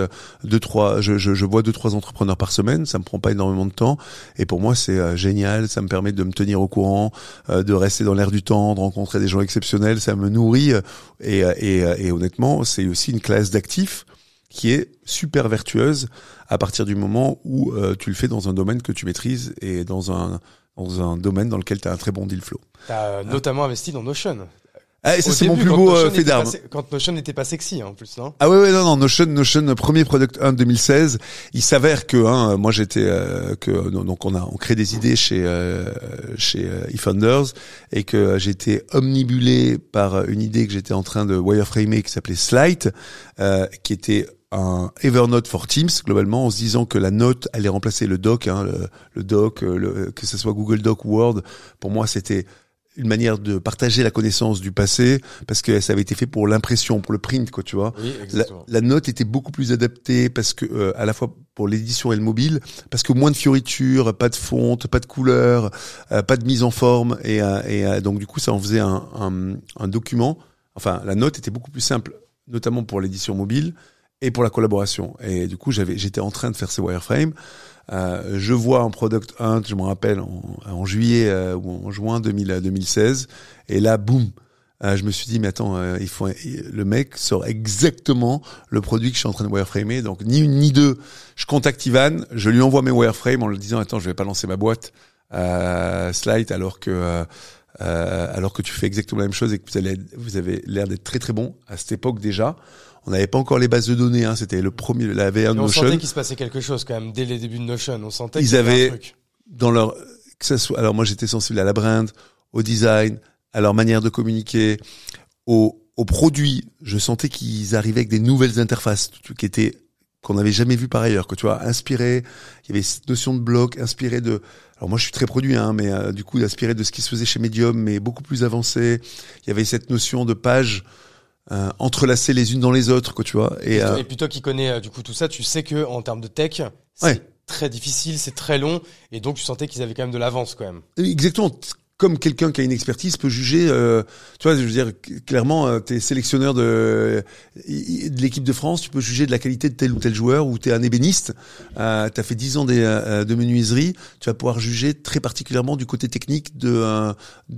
je vois 2-3 entrepreneurs par semaine. Ça me prend pas énormément de temps. Et pour moi, c'est génial. Ça me permet de me tenir au courant, de rester dans l'air du temps, de rencontrer des gens exceptionnels. Ça me nourrit. Et honnêtement, c'est aussi une classe d'actifs qui est super vertueuse à partir du moment où tu le fais dans un domaine que tu maîtrises et dans un domaine dans lequel tu as un très bon deal flow. Tu as notamment investi dans Notion. Ah, et ça, c'est mon plus beau fait d'armes. Quand Notion n'était pas sexy, en plus, non? Ah ouais, non, Notion, premier product 1 2016. Il s'avère que, moi j'étais, donc on crée des idées chez eFounders, et que j'étais omnibulé par une idée que j'étais en train de wireframer qui s'appelait Slide, qui était un Evernote for Teams, globalement, en se disant que la note allait remplacer le doc, le doc, que ce soit Google Doc ou Word. Pour moi, c'était une manière de partager la connaissance du passé, parce que ça avait été fait pour l'impression, pour le print, quoi, tu vois. Oui, exactement. La note était beaucoup plus adaptée, parce que à la fois pour l'édition et le mobile, parce que moins de fioritures, pas de fonte, pas de couleur, pas de mise en forme, et donc du coup ça en faisait un document. Enfin, la note était beaucoup plus simple, notamment pour l'édition mobile et pour la collaboration. Et du coup, j'étais en train de faire ces wireframes. Je vois en Product Hunt, je me rappelle, en juillet ou en juin 2016. Et là, boum, je me suis dit, mais attends, le mec sort exactement le produit que je suis en train de wireframer. Donc, ni une ni deux, je contacte Ivan, je lui envoie mes wireframes en lui disant, attends, je vais pas lancer ma boîte Slide alors que tu fais exactement la même chose et que vous avez l'air d'être très très bon à cette époque déjà. On n'avait pas encore les bases de données, c'était le premier, la VR Notion. On sentait qu'il se passait quelque chose quand même dès les débuts de Notion. On sentait qu'ils avaient un truc. Alors moi j'étais sensible à la brand, au design, à leur manière de communiquer, aux produits. Je sentais qu'ils arrivaient avec des nouvelles interfaces qu'on n'avait jamais vu par ailleurs, que tu vois, inspiré. Il y avait cette notion de bloc, inspiré de. Alors moi je suis très produit, mais du coup inspiré de ce qui se faisait chez Medium, mais beaucoup plus avancé. Il y avait cette notion de page entrelacées les unes dans les autres, quoi, tu vois. Et puis toi qui connais du coup tout ça, tu sais que en termes de tech, c'est très difficile, c'est très long, et donc tu sentais qu'ils avaient quand même de l'avance quand même. Exactement. Comme quelqu'un qui a une expertise peut juger, tu vois, je veux dire, clairement, t'es sélectionneur de l'équipe de France, tu peux juger de la qualité de tel ou tel joueur, ou t'es un ébéniste, t'as fait 10 ans de menuiserie, tu vas pouvoir juger très particulièrement du côté technique d'un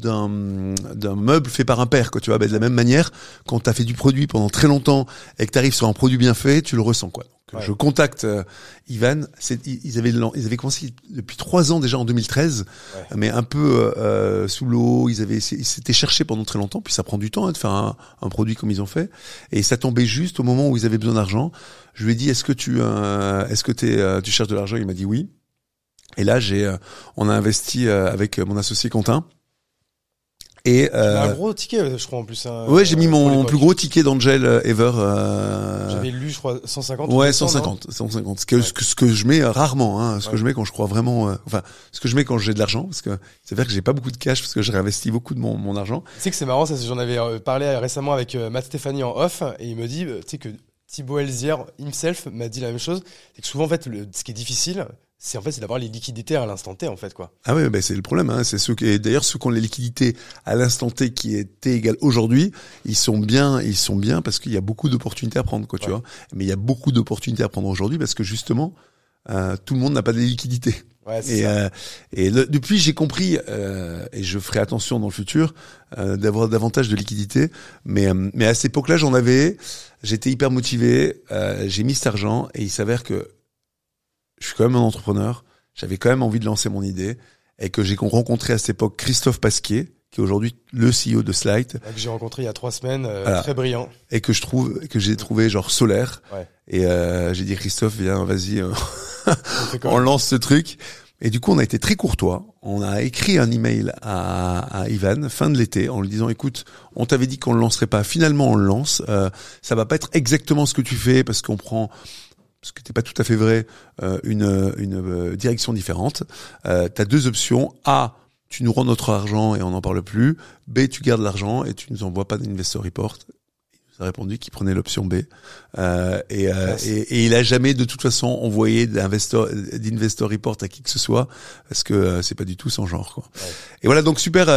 meuble fait par un père, quoi, tu vois. De la même manière, quand t'as fait du produit pendant très longtemps et que t'arrives sur un produit bien fait, tu le ressens, quoi. Je contacte Ivan. Ils avaient commencé depuis 3 ans déjà en 2013, mais un peu sous l'eau. Ils s'étaient cherchés pendant très longtemps. Puis ça prend du temps de faire un produit comme ils ont fait. Et ça tombait juste au moment où ils avaient besoin d'argent. Je lui ai dit est-ce que tu cherches de l'argent? Il m'a dit oui. Et là on a investi avec mon associé Quentin. Et un gros ticket, je crois, en plus. Ouais, j'ai mis mon plus gros ticket d'Angel ever. J'avais lu, je crois, 150. Ouais, 150. Ce que je mets rarement, que je mets quand je crois vraiment, ce que je mets quand j'ai de l'argent, parce que c'est vrai que j'ai pas beaucoup de cash, parce que j'ai réinvesti beaucoup de mon argent. Tu sais que c'est marrant, ça, j'en avais parlé récemment avec Matt Stéphanie en off, et il me dit, tu sais que Thibaut Elzière himself m'a dit la même chose, c'est que souvent, en fait, ce qui est difficile, c'est d'avoir les liquidités à l'instant T, en fait, quoi. Ah ouais, c'est le problème, c'est d'ailleurs ceux qui ont les liquidités à l'instant T qui étaient égales aujourd'hui, ils sont bien parce qu'il y a beaucoup d'opportunités à prendre, quoi, tu vois. Mais il y a beaucoup d'opportunités à prendre aujourd'hui parce que justement, tout le monde n'a pas de liquidité. Ouais, c'est ça. Depuis, j'ai compris, et je ferai attention dans le futur, d'avoir davantage de liquidité. Mais à cette époque-là, j'en avais. J'étais hyper motivé. J'ai mis cet argent et il s'avère que je suis quand même un entrepreneur. J'avais quand même envie de lancer mon idée et que j'ai rencontré à cette époque Christophe Pasquier, qui est aujourd'hui le CEO de Slight. Que j'ai rencontré il y a 3 semaines, voilà. Très brillant. Et que j'ai trouvé genre solaire. Ouais. Et j'ai dit Christophe, viens, vas-y, on lance ce truc. Et du coup, on a été très courtois. On a écrit un email à Ivan fin de l'été en lui disant écoute, on t'avait dit qu'on le lancerait pas. Finalement, on le lance. Ça va pas être exactement ce que tu fais parce qu'on prend, ce qui n'était pas tout à fait vrai, une direction différente. T'as 2 options. A, tu nous rends notre argent et on n'en parle plus. B, tu gardes l'argent et tu nous envoies pas d'investor report. Il nous a répondu qu'il prenait l'option B. Et il a jamais de toute façon envoyé d'investor report à qui que ce soit parce que c'est pas du tout son genre, quoi. Ouais. Et voilà, donc super.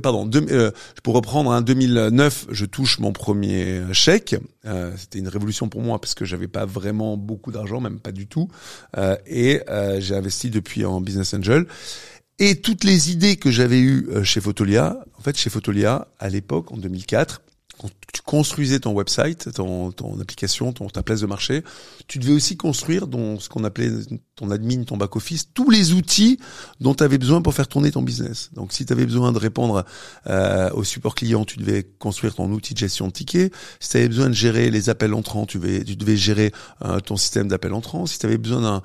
Pour reprendre, 2009, je touche mon premier chèque. C'était une révolution pour moi parce que j'avais pas vraiment beaucoup d'argent, même pas du tout. J'ai investi depuis en business angel. Et toutes les idées que j'avais eues chez Fotolia, en fait, chez Fotolia, à l'époque, en 2004, quand tu construisais ton website, ton application, ta place de marché, tu devais aussi construire ce qu'on appelait ton admin, ton back-office, tous les outils dont tu avais besoin pour faire tourner ton business. Donc, si tu avais besoin de répondre au support client, tu devais construire ton outil de gestion de tickets. Si tu avais besoin de gérer les appels entrants, tu devais gérer ton système d'appels entrants. Si tu avais besoin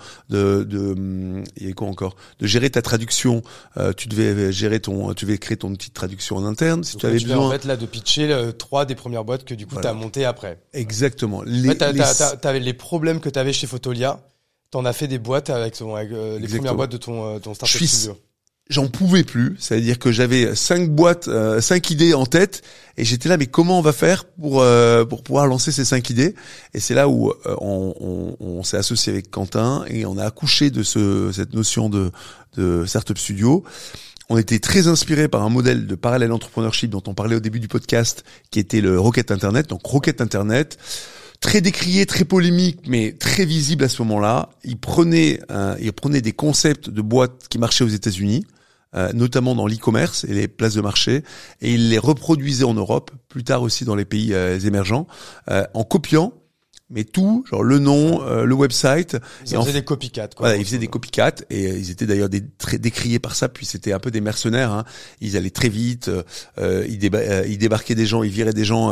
il y a quoi encore, de gérer ta traduction, tu devais créer ton outil de traduction en interne. Si donc, tu avais besoin en fait là de pitcher 3 des premières boîtes que du coup voilà. T'as monté après. Exactement. T'avais les problèmes que t'avais chez Fotolia. T'en as fait des boîtes avec les premières boîtes de ton startup studio. J'en pouvais plus. C'est-à-dire que j'avais 5 idées en tête et j'étais là, mais comment on va faire pour pouvoir lancer ces 5 idées? Et c'est là où on s'est associé avec Quentin et on a accouché de cette notion de startup studio. On était très inspiré par un modèle de parallèle entrepreneurship dont on parlait au début du podcast, qui était le Rocket Internet. Donc Rocket Internet, très décrié, très polémique, mais très visible à ce moment-là. Il prenait des concepts de boîtes qui marchaient aux États-Unis, notamment dans l'e-commerce et les places de marché, et il les reproduisait en Europe, plus tard aussi dans les pays émergents, en copiant. Mais tout, genre le nom, le website. Ils faisaient des copycats, quoi. Voilà, ils faisaient des copycats et ils étaient d'ailleurs très décriés par ça. Puis c'était un peu des mercenaires. Hein. Ils allaient très vite. Ils débarquaient des gens, ils viraient des gens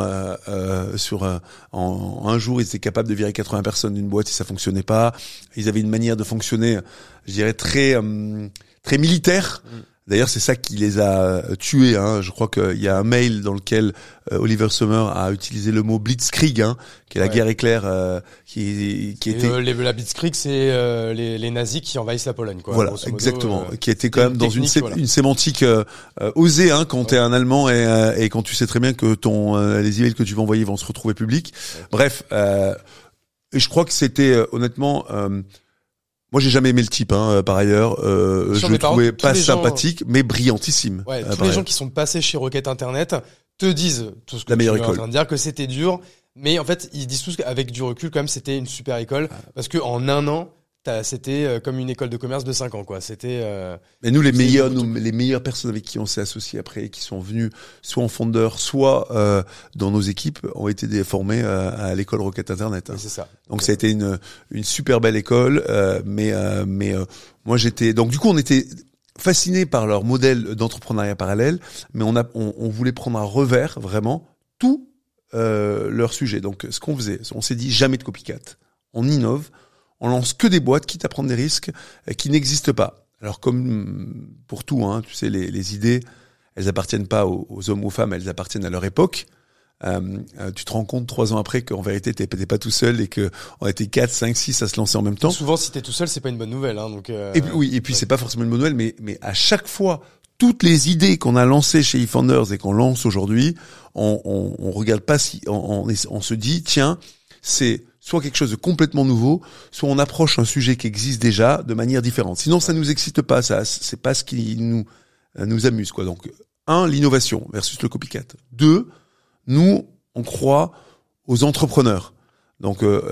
en un jour. Ils étaient capables de virer 80 personnes d'une boîte si ça fonctionnait pas. Ils avaient une manière de fonctionner, je dirais très militaire. D'ailleurs, c'est ça qui les a tués. Hein. Je crois qu'il y a un mail dans lequel Oliver Sommer a utilisé le mot blitzkrieg, qui est la guerre éclair, qui était. La blitzkrieg, c'est les nazis qui envahissent la Pologne, quoi. Voilà, modo, exactement. Qui était quand même dans une sémantique osée, quand t'es un Allemand et quand tu sais très bien que les emails que tu vas envoyer vont se retrouver publics. Ouais. Bref, et je crois que c'était honnêtement. Moi, j'ai jamais aimé le type, par ailleurs. Je le trouvais pas sympathique, mais brillantissime. Ouais, tous les gens qui sont passés chez Rocket Internet te disent tout ce que tu es en train de dire, que c'était dur. Mais en fait, ils disent tous qu'avec du recul, quand même, c'était une super école. Parce que en un an, c'était comme une école de commerce de 5 ans, quoi. C'était. Mais nous, les meilleures personnes avec qui on s'est associés après, qui sont venus soit en fondeur, soit dans nos équipes, ont été formés à l'école Rocket Internet. Oui, c'est ça. Donc ça a été une super belle école, mais moi j'étais. Donc du coup, on était fascinés par leur modèle d'entrepreneuriat parallèle, mais on voulait prendre à revers vraiment tout leur sujet. Donc ce qu'on faisait, on s'est dit jamais de copycat. On innove. On lance que des boîtes, quitte à prendre des risques qui n'existent pas. Alors comme pour tout, tu sais, les idées, elles appartiennent pas aux hommes ou aux femmes, elles appartiennent à leur époque. Tu te rends compte 3 ans après qu'en vérité t'es pas tout seul et que on était 4, 5, 6 à se lancer en même temps. Souvent, si t'es tout seul, c'est pas une bonne nouvelle. Donc. Et puis c'est pas forcément une bonne nouvelle, mais à chaque fois, toutes les idées qu'on a lancées chez eFounders et qu'on lance aujourd'hui, on regarde pas si on se dit tiens, c'est soit quelque chose de complètement nouveau, soit on approche un sujet qui existe déjà de manière différente. Sinon, ça nous excite pas, ça, c'est pas ce qui nous amuse, quoi. Donc, 1, l'innovation versus le copycat. 2, nous, on croit aux entrepreneurs. Donc,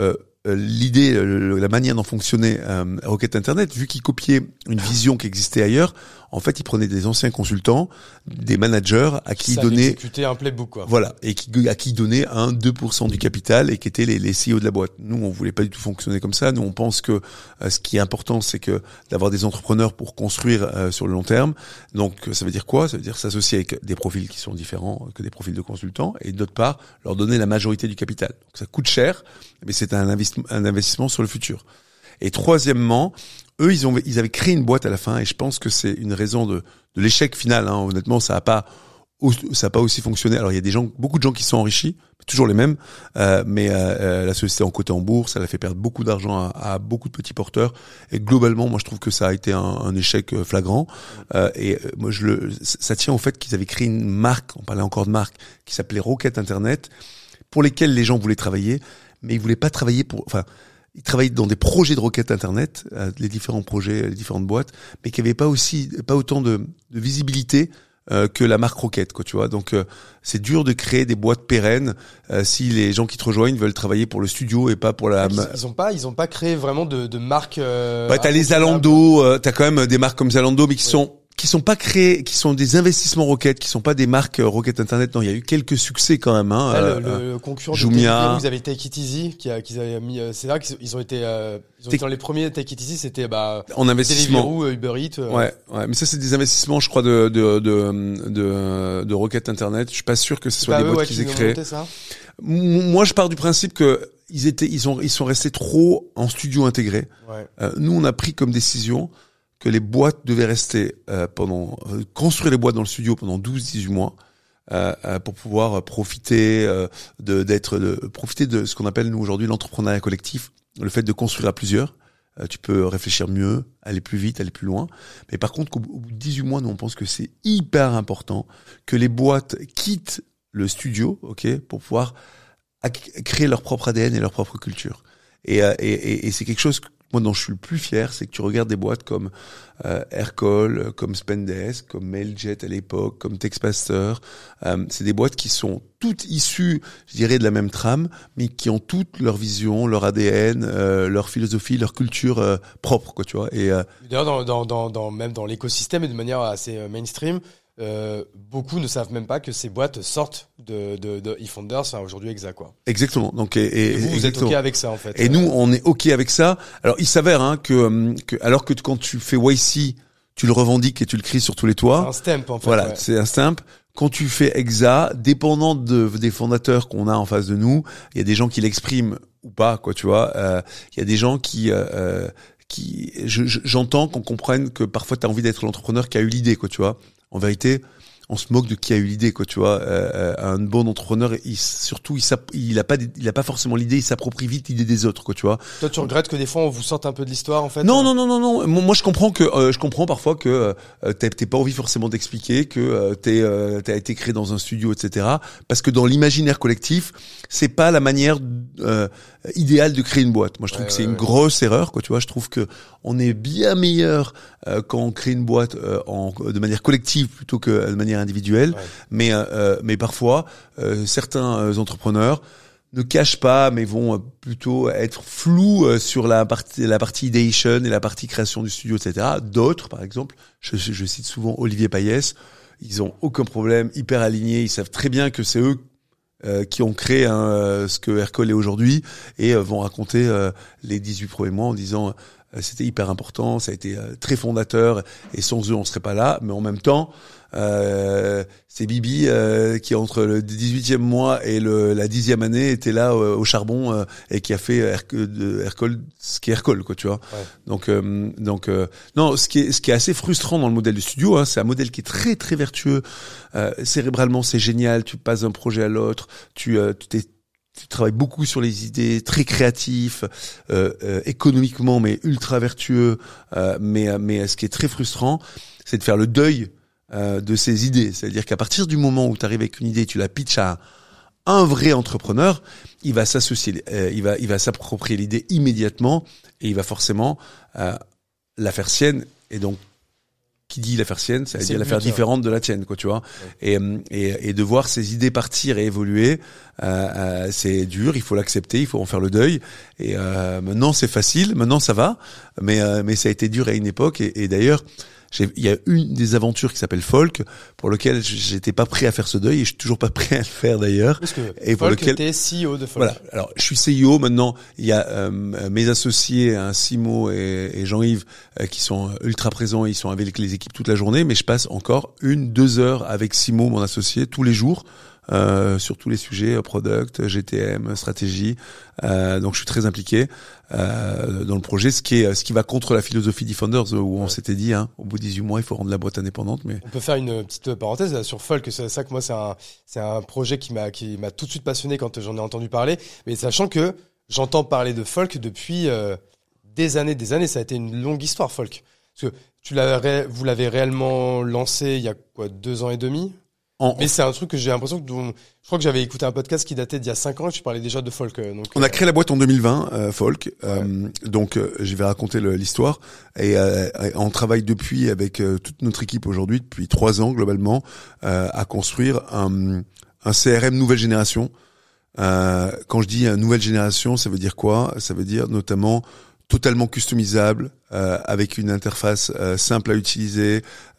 l'idée, la manière dont fonctionnait Rocket Internet, vu qu'ils copiaient une vision qui existait ailleurs, en fait, ils prenaient des anciens consultants, des managers à qui ils donnaient exécuter un playbook, quoi. Voilà, et à qui ils donnaient 2% du capital et qui étaient les CEO de la boîte. Nous, on voulait pas du tout fonctionner comme ça. Nous, on pense que ce qui est important, c'est que d'avoir des entrepreneurs pour construire sur le long terme. Donc, ça veut dire quoi? Ça veut dire s'associer avec des profils qui sont différents que des profils de consultants et d'autre part, leur donner la majorité du capital. Donc, ça coûte cher, mais c'est un investissement sur le futur. Et troisièmement, eux, ils avaient créé une boîte à la fin, et je pense que c'est une raison de l'échec final. Hein. Honnêtement, ça a pas aussi fonctionné. Alors, il y a beaucoup de gens qui sont enrichis, toujours les mêmes, mais la société en côté en bourse, elle a fait perdre beaucoup d'argent à beaucoup de petits porteurs. Et globalement, moi, je trouve que ça a été un échec flagrant. Moi, ça tient au fait qu'ils avaient créé une marque. On parlait encore de marque qui s'appelait Rocket Internet, pour lesquels les gens voulaient travailler, mais ils voulaient pas travailler ils travaillaient dans des projets de Rocket Internet, les différents projets, les différentes boîtes, mais qui n'avaient pas autant de visibilité que la marque Rocket, quoi, tu vois. Donc c'est dur de créer des boîtes pérennes si les gens qui te rejoignent veulent travailler pour le studio et pas pour la. Ils ont pas créé vraiment de marque. T'as les Zalando, t'as quand même des marques comme Zalando, mais qui sont pas créés, qui sont des investissements Rocket, qui sont pas des marques Rocket Internet. Non, il y a eu quelques succès quand même. Hein, là, le concurrent Jumia, de vous avez Take It Easy, qu'ils avaient mis. C'est là qu'ils ont été dans les premiers. Take It Easy, c'était en investissement. Deliveroo, Uber Eats. Ouais, mais ça c'est des investissements, je crois, de Rocket Internet. Je suis pas sûr que ce soit des boîtes qu'ils aient créées. Moi, je pars du principe que ils sont restés trop en studio intégré. Ouais. Nous, on a pris comme décision que les boîtes devaient rester construire les boîtes dans le studio pendant 12-18 mois pour pouvoir profiter profiter de ce qu'on appelle nous aujourd'hui l'entrepreneuriat collectif, le fait de construire à plusieurs. Tu peux réfléchir mieux, aller plus vite, aller plus loin. Mais par contre, au bout de 18 mois, nous on pense que c'est hyper important que les boîtes quittent le studio, pour pouvoir créer leur propre ADN et leur propre culture. Et c'est quelque chose moi dont je suis le plus fier, c'est que tu regardes des boîtes comme Aircall, comme Spendesk, comme Mailjet à l'époque, comme Textmaster. C'est des boîtes qui sont toutes issues, je dirais, de la même trame, mais qui ont toutes leur vision, leur ADN, leur philosophie, leur culture propre, quoi, tu vois. Et d'ailleurs, même dans l'écosystème et de manière assez mainstream, beaucoup ne savent même pas que ces boîtes sortent de eFounders, enfin aujourd'hui Exa, quoi. Exactement. Donc et vous êtes OK avec ça en fait. Et nous on est OK avec ça. Alors il s'avère que alors que quand tu fais YC, tu le revendiques et tu le cries sur tous les toits. C'est un stamp en fait. Voilà, ouais. c'est un stamp. Quand tu fais Exa, dépendant des fondateurs qu'on a en face de nous, il y a des gens qui l'expriment ou pas, quoi, tu vois. Il y a des gens qui j'entends qu'on comprenne que parfois tu as envie d'être l'entrepreneur qui a eu l'idée, quoi, tu vois. En vérité, on se moque de qui a eu l'idée, quoi, tu vois. Un bon entrepreneur, il a pas forcément l'idée, il s'approprie vite l'idée des autres, quoi, tu vois. Toi, tu regrettes que des fois on vous sorte un peu de l'histoire, en fait? Non. Moi, je comprends parfois que t'as pas envie forcément d'expliquer que t'as été créé dans un studio, etc. Parce que dans l'imaginaire collectif, c'est pas la manière idéale de créer une boîte. Moi, je trouve que c'est une grosse erreur, quoi, tu vois. Je trouve que on est bien meilleur quand on crée une boîte de manière collective plutôt que de manière individuelle. Ouais. Mais parfois, certains entrepreneurs ne cachent pas, mais vont plutôt être flous sur la partie ideation et la partie création du studio, etc. D'autres, par exemple, je cite souvent Olivier Payès, ils ont aucun problème, hyper alignés, ils savent très bien que c'est eux qui ont créé ce que Aircall est aujourd'hui et vont raconter les 18 premiers mois en disant c'était hyper important, ça a été très fondateur et sans eux on serait pas là, mais en même temps c'est Bibi qui entre le 18e mois et la 10e année était là au charbon et qui a fait Aircall ce qui est Aircall, quoi, tu vois. Ouais. Donc non, ce qui est assez frustrant dans le modèle du studio, hein, c'est un modèle qui est très très vertueux, cérébralement c'est génial, tu passes d'un projet à l'autre, tu travailles beaucoup sur les idées, très créatif, économiquement mais ultra vertueux, mais ce qui est très frustrant, c'est de faire le deuil de ces idées. C'est-à-dire qu'à partir du moment où tu arrives avec une idée, tu la pitches à un vrai entrepreneur, il va s'associer, il va s'approprier l'idée immédiatement et il va forcément la faire sienne et donc qui dit la faire sienne, ça veut C'est dire le la faire but, hein. différente de la tienne, quoi, tu vois. Et de voir ces idées partir et évoluer, c'est dur, il faut l'accepter, il faut en faire le deuil. Et maintenant c'est facile, maintenant ça va, mais ça a été dur à une époque. Et d'ailleurs, il y a une des aventures qui s'appelle Folk, pour lequel j'étais pas prêt à faire ce deuil, et je suis toujours pas prêt à le faire d'ailleurs. Parce que Et pour Folk lequel était CEO de Folk. voilà. Alors, je suis CEO maintenant. Il y a mes associés, Simo et Jean-Yves, qui sont ultra présents. Ils sont avec les équipes toute la journée, mais je passe encore 1-2 heures avec Simo, mon associé, tous les jours. Sur tous les sujets, product, GTM, stratégie. Donc je suis très impliqué dans le projet, ce qui va contre la philosophie d'eFounders où on s'était dit, au bout de 18 mois, il faut rendre la boîte indépendante. Mais On peut faire une petite parenthèse là, sur Folk. C'est ça que moi, c'est un projet qui m'a tout de suite passionné quand j'en ai entendu parler. Mais sachant que j'entends parler de Folk depuis des années. Ça a été une longue histoire, Folk. Parce que vous l'avez réellement lancé il y a 2 ans et demi. Mais c'est un truc que j'ai l'impression que je crois que j'avais écouté un podcast qui datait d'il y a 5 ans et tu parlais déjà de Folk. Donc, on a créé la boîte en 2020, Folk. Donc je vais raconter l'histoire. Et on travaille depuis avec toute notre équipe aujourd'hui, depuis 3 ans globalement, à construire un CRM nouvelle génération. Quand je dis nouvelle génération, ça veut dire quoi? Ça veut dire notamment totalement customisable, avec une interface simple à utiliser,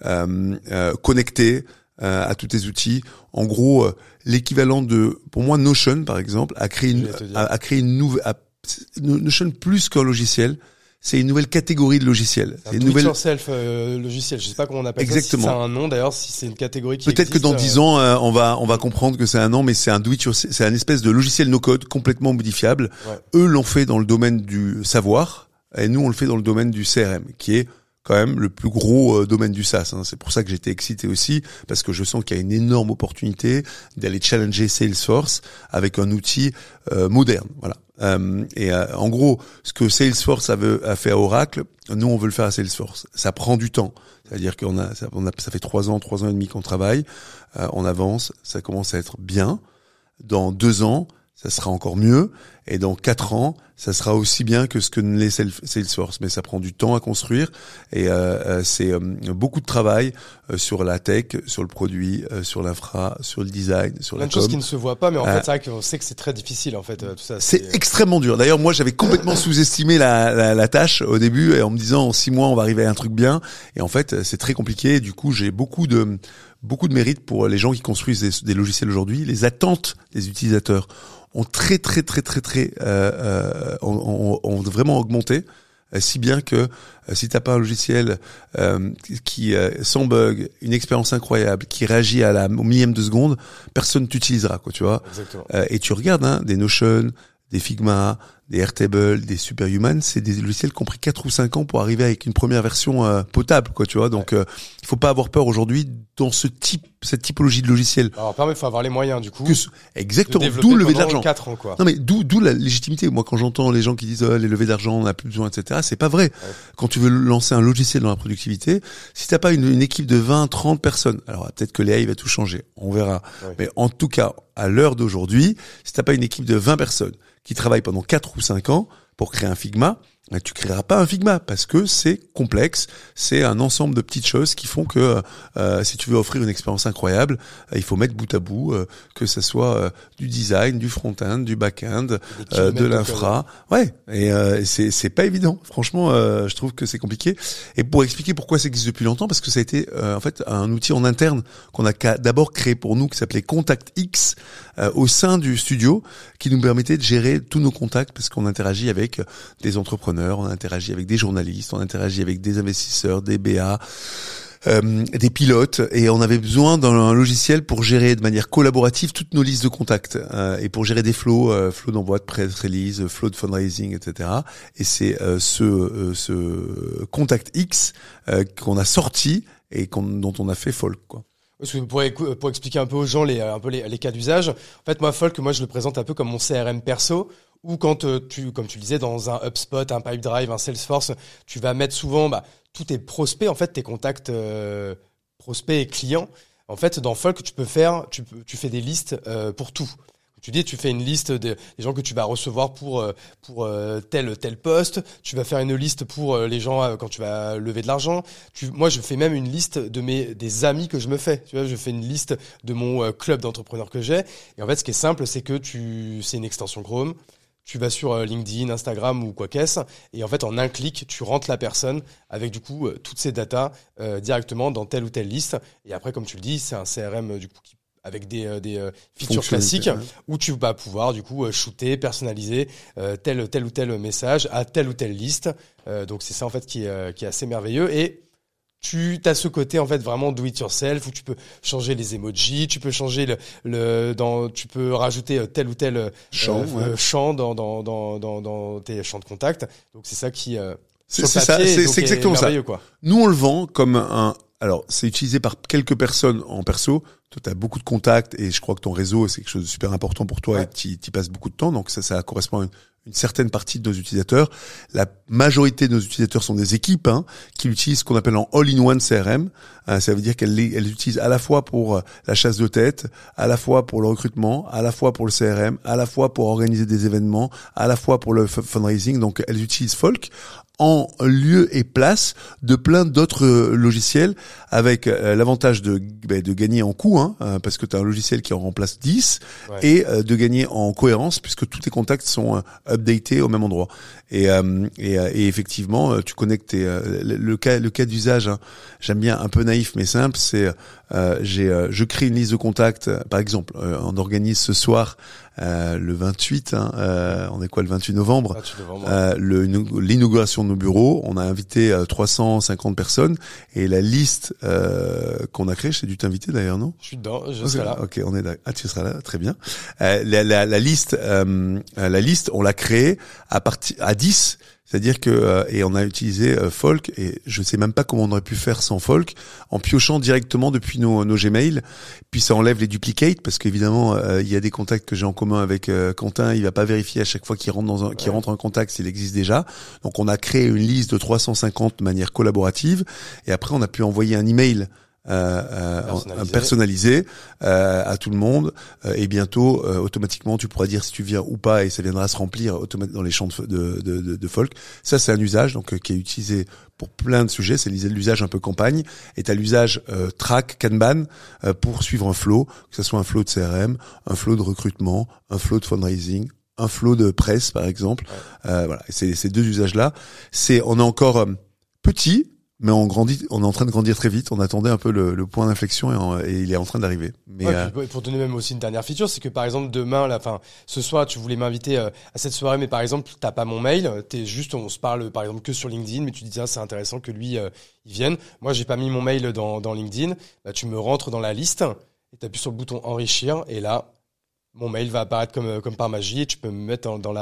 connectée à tous tes outils. En gros, l'équivalent de, pour moi, Notion, par exemple, a créé une nouvelle, Notion plus qu'un logiciel, c'est une nouvelle catégorie de logiciels. C'est une nouvelle yourself logiciel. Je sais pas comment on appelle Exactement. ça. Si c'est un nom d'ailleurs, si c'est une catégorie qui peut-être existe, que dans 10 ans, on va comprendre que c'est un nom, mais c'est un do it yourself, c'est un espèce de logiciel no code complètement modifiable. Ouais. Eux l'ont fait dans le domaine du savoir, et nous on le fait dans le domaine du CRM, qui est quand même le plus gros domaine du SaaS. C'est pour ça que j'étais excité aussi, parce que je sens qu'il y a une énorme opportunité d'aller challenger Salesforce avec un outil moderne. Voilà. En gros, ce que Salesforce a fait à Oracle, nous on veut le faire à Salesforce. Ça prend du temps. C'est-à-dire ça fait 3 ans et demi qu'on travaille. On avance, ça commence à être bien. Dans 2 ans, ça sera encore mieux. Et dans 4 ans, ça sera aussi bien que ce que l'est Salesforce. Mais ça prend du temps à construire. Et c'est beaucoup de travail sur la tech, sur le produit, sur l'infra, sur le design, sur la com. Plein de choses qui ne se voient pas, mais en fait, c'est vrai qu'on sait que c'est très difficile, en fait, tout ça. C'est extrêmement dur. D'ailleurs, moi, j'avais complètement sous-estimé la tâche au début, et en me disant, en 6 mois, on va arriver à un truc bien. Et en fait, c'est très compliqué. Du coup, j'ai beaucoup de mérite pour les gens qui construisent des logiciels aujourd'hui. Les attentes des utilisateurs ont ont vraiment augmenté, si bien que si t'as pas un logiciel qui sans bug, une expérience incroyable, qui réagit au millième de seconde, personne t'utilisera, quoi, tu vois. Exactement. Et tu regardes des Notion, des Figma, des Airtable, des Superhuman, c'est des logiciels qui ont pris 4 ou 5 ans pour arriver avec une première version potable, quoi, tu vois. Donc il faut pas avoir peur aujourd'hui dans cette typologie de logiciel. Alors il faut avoir les moyens du coup. Exactement, d'où lever de l'argent. 4 ans, quoi. Non mais d'où la légitimité. Moi quand j'entends les gens qui disent les levées d'argent, on n'a plus besoin, etc. C'est pas vrai. Ouais. Quand tu veux lancer un logiciel dans la productivité, si t'as pas une équipe de 20, 30 personnes, alors peut-être que l'AI va tout changer, on verra. Ouais. Mais en tout cas, à l'heure d'aujourd'hui, si t'as pas une équipe de 20 personnes qui travaillent pendant 4 ou 5 ans pour créer un Figma, tu créeras pas un Figma parce que c'est complexe, c'est un ensemble de petites choses qui font que si tu veux offrir une expérience incroyable, il faut mettre bout à bout que ça soit du design, du front-end, du back-end, de l'infra. Ouais, et c'est pas évident. Franchement, je trouve que c'est compliqué. Et pour expliquer pourquoi ça existe depuis longtemps, parce que ça a été en fait un outil en interne qu'on a d'abord créé pour nous qui s'appelait ContactX au sein du studio, qui nous permettait de gérer tous nos contacts parce qu'on interagit avec des entrepreneurs, on interagit avec des journalistes, on interagit avec des investisseurs, des BA, des pilotes, et on avait besoin d'un logiciel pour gérer de manière collaborative toutes nos listes de contacts et pour gérer des flows d'envoi de press release, flow de fundraising, etc. Et c'est ce ContactX qu'on a sorti et dont on a fait Folk, quoi. Pour expliquer un peu aux gens les cas d'usage, en fait moi Folk, je le présente un peu comme mon CRM perso, où quand comme tu le disais, dans un HubSpot, un Pipedrive, un Salesforce, tu vas mettre souvent tous tes prospects, en fait tes contacts prospects et clients. En fait dans Folk tu fais des listes pour tout. Tu dis, tu fais une liste des gens que tu vas recevoir pour tel poste. Tu vas faire une liste pour les gens quand tu vas lever de l'argent. Moi, je fais même une liste des amis que je me fais. Tu vois, je fais une liste de mon club d'entrepreneurs que j'ai. Et en fait, ce qui est simple, c'est que c'est une extension Chrome. Tu vas sur LinkedIn, Instagram ou quoi qu'est-ce, et en fait, en un clic, tu rentres la personne avec du coup toutes ces datas directement dans telle ou telle liste. Et après, comme tu le dis, c'est un CRM du coup avec des features classiques où tu vas pouvoir du coup shooter, personnaliser tel ou tel message à telle ou telle liste. Donc c'est ça en fait qui est assez merveilleux. Et tu as ce côté en fait vraiment do it yourself où tu peux changer les emojis, tu peux changer tu peux rajouter tel ou tel champ dans tes champs de contact. Donc c'est ça qui c'est exactement ça. Quoi. Nous on le vend comme alors c'est utilisé par quelques personnes en perso. Toi tu as beaucoup de contacts et je crois que ton réseau c'est quelque chose de super important pour toi et tu passes beaucoup de temps, donc ça correspond à une certaine partie de nos utilisateurs. La majorité de nos utilisateurs sont des équipes qui utilisent ce qu'on appelle en all-in-one CRM. Ça veut dire qu'elles utilisent à la fois pour la chasse de tête, à la fois pour le recrutement, à la fois pour le CRM, à la fois pour organiser des événements, à la fois pour le fundraising. Donc elles utilisent Folk en lieu et place de plein d'autres logiciels avec l'avantage de gagner en coût parce que tu as un logiciel qui en remplace 10 et de gagner en cohérence puisque tous tes contacts sont updatés au même endroit. Et effectivement, tu connectes le cas d'usage, j'aime bien un peu naïf mais simple, c'est je crée une liste de contacts, par exemple, on organise ce soir le 28, on est quoi le 28 novembre, l'inauguration de nos bureaux. On a invité 350 personnes et la liste qu'on a créée, j'ai dû t'inviter d'ailleurs, non? Je suis dedans, je serai là. Ok, on est là. Ah, tu seras là, très bien. La liste, on l'a créée à 10. C'est-à-dire que et on a utilisé Folk et je sais même pas comment on aurait pu faire sans Folk en piochant directement depuis nos Gmail. Puis ça enlève les duplicates parce qu'évidemment il y a des contacts que j'ai en commun avec Quentin, il va pas vérifier à chaque fois qu'il rentre en contact s'il existe déjà. Donc on a créé une liste de 350 de manière collaborative et après on a pu envoyer un email personnalisé à tout le monde et bientôt automatiquement tu pourras dire si tu viens ou pas et ça viendra se remplir dans les champs de Folk. Ça c'est un usage donc qui est utilisé pour plein de sujets, c'est l'usage un peu campagne et t'as l'usage track Kanban pour suivre un flow, que ce soit un flow de CRM, un flow de recrutement, un flow de fundraising, un flow de presse par exemple. Voilà, ces deux usages là, on est encore petit. Mais on est en train de grandir très vite. On attendait un peu le point d'inflexion et il est en train d'arriver. Mais pour donner même aussi une dernière feature, c'est que par exemple demain, ce soir, tu voulais m'inviter à cette soirée, mais par exemple, t'as pas mon mail. On se parle par exemple que sur LinkedIn, mais tu te dis c'est intéressant que lui il vienne. Moi, j'ai pas mis mon mail dans LinkedIn. Bah, tu me rentres dans la liste et t'appuies sur le bouton enrichir et là, mon mail va apparaître comme par magie et tu peux me mettre dans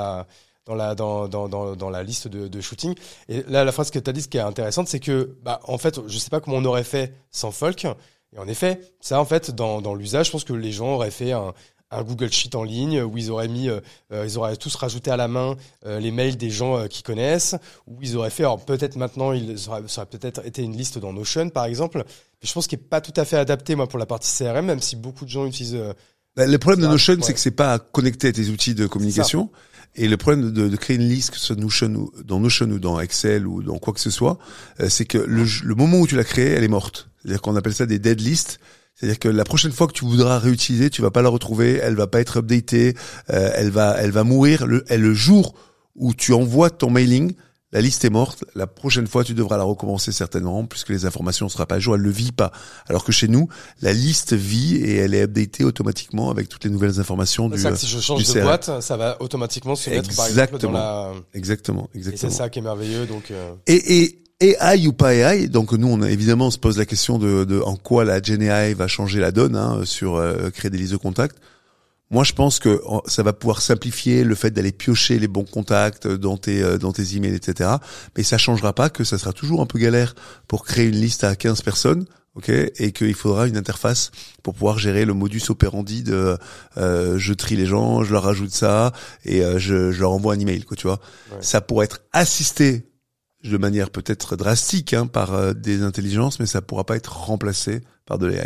la liste de shooting. Et là, la phrase que tu as dit, ce qui est intéressante, c'est que, en fait, je sais pas comment on aurait fait sans Folk. Et en effet, ça, en fait, dans l'usage, je pense que les gens auraient fait un Google Sheet en ligne où ils auraient tous rajouté à la main les mails des gens qu'ils connaissent, où ils auraient fait, alors peut-être maintenant, ça aurait peut-être été une liste dans Notion, par exemple. Mais je pense qu'il n'est pas tout à fait adapté, moi, pour la partie CRM, même si beaucoup de gens utilisent... le problème de Notion, c'est que c'est pas connecté à tes outils de communication. Et le problème de créer une liste, que ce soit dans Notion ou dans Excel ou dans quoi que ce soit, c'est que le moment où tu l'as créée, elle est morte. C'est-à-dire qu'on appelle ça des dead lists. C'est-à-dire que la prochaine fois que tu voudras réutiliser, tu vas pas la retrouver, elle va pas être updatée, elle va mourir. Le jour où tu envoies ton mailing, la liste est morte. La prochaine fois, tu devras la recommencer certainement, puisque les informations ne seront pas à jour. Elle ne vit pas. Alors que chez nous, la liste vit et elle est updatée automatiquement avec toutes les nouvelles informations du CRM. Si je change de boîte, ça va automatiquement se mettre par exemple dans la... Exactement. Et c'est ça qui est merveilleux. Donc Et AI ou pas AI, donc nous on se pose la question de en quoi la Gen AI va changer la donne sur créer des listes de contacts. Moi, je pense que ça va pouvoir simplifier le fait d'aller piocher les bons contacts dans tes emails, etc. Mais ça changera pas que ça sera toujours un peu galère pour créer une liste à 15 personnes, ok, et qu'il faudra une interface pour pouvoir gérer le modus operandi de je trie les gens, je leur rajoute ça et je leur envoie un email, quoi, tu vois. Ouais. Ça pourrait être assisté de manière peut-être drastique par des intelligences, mais ça pourra pas être remplacé par de l'AI, quoi.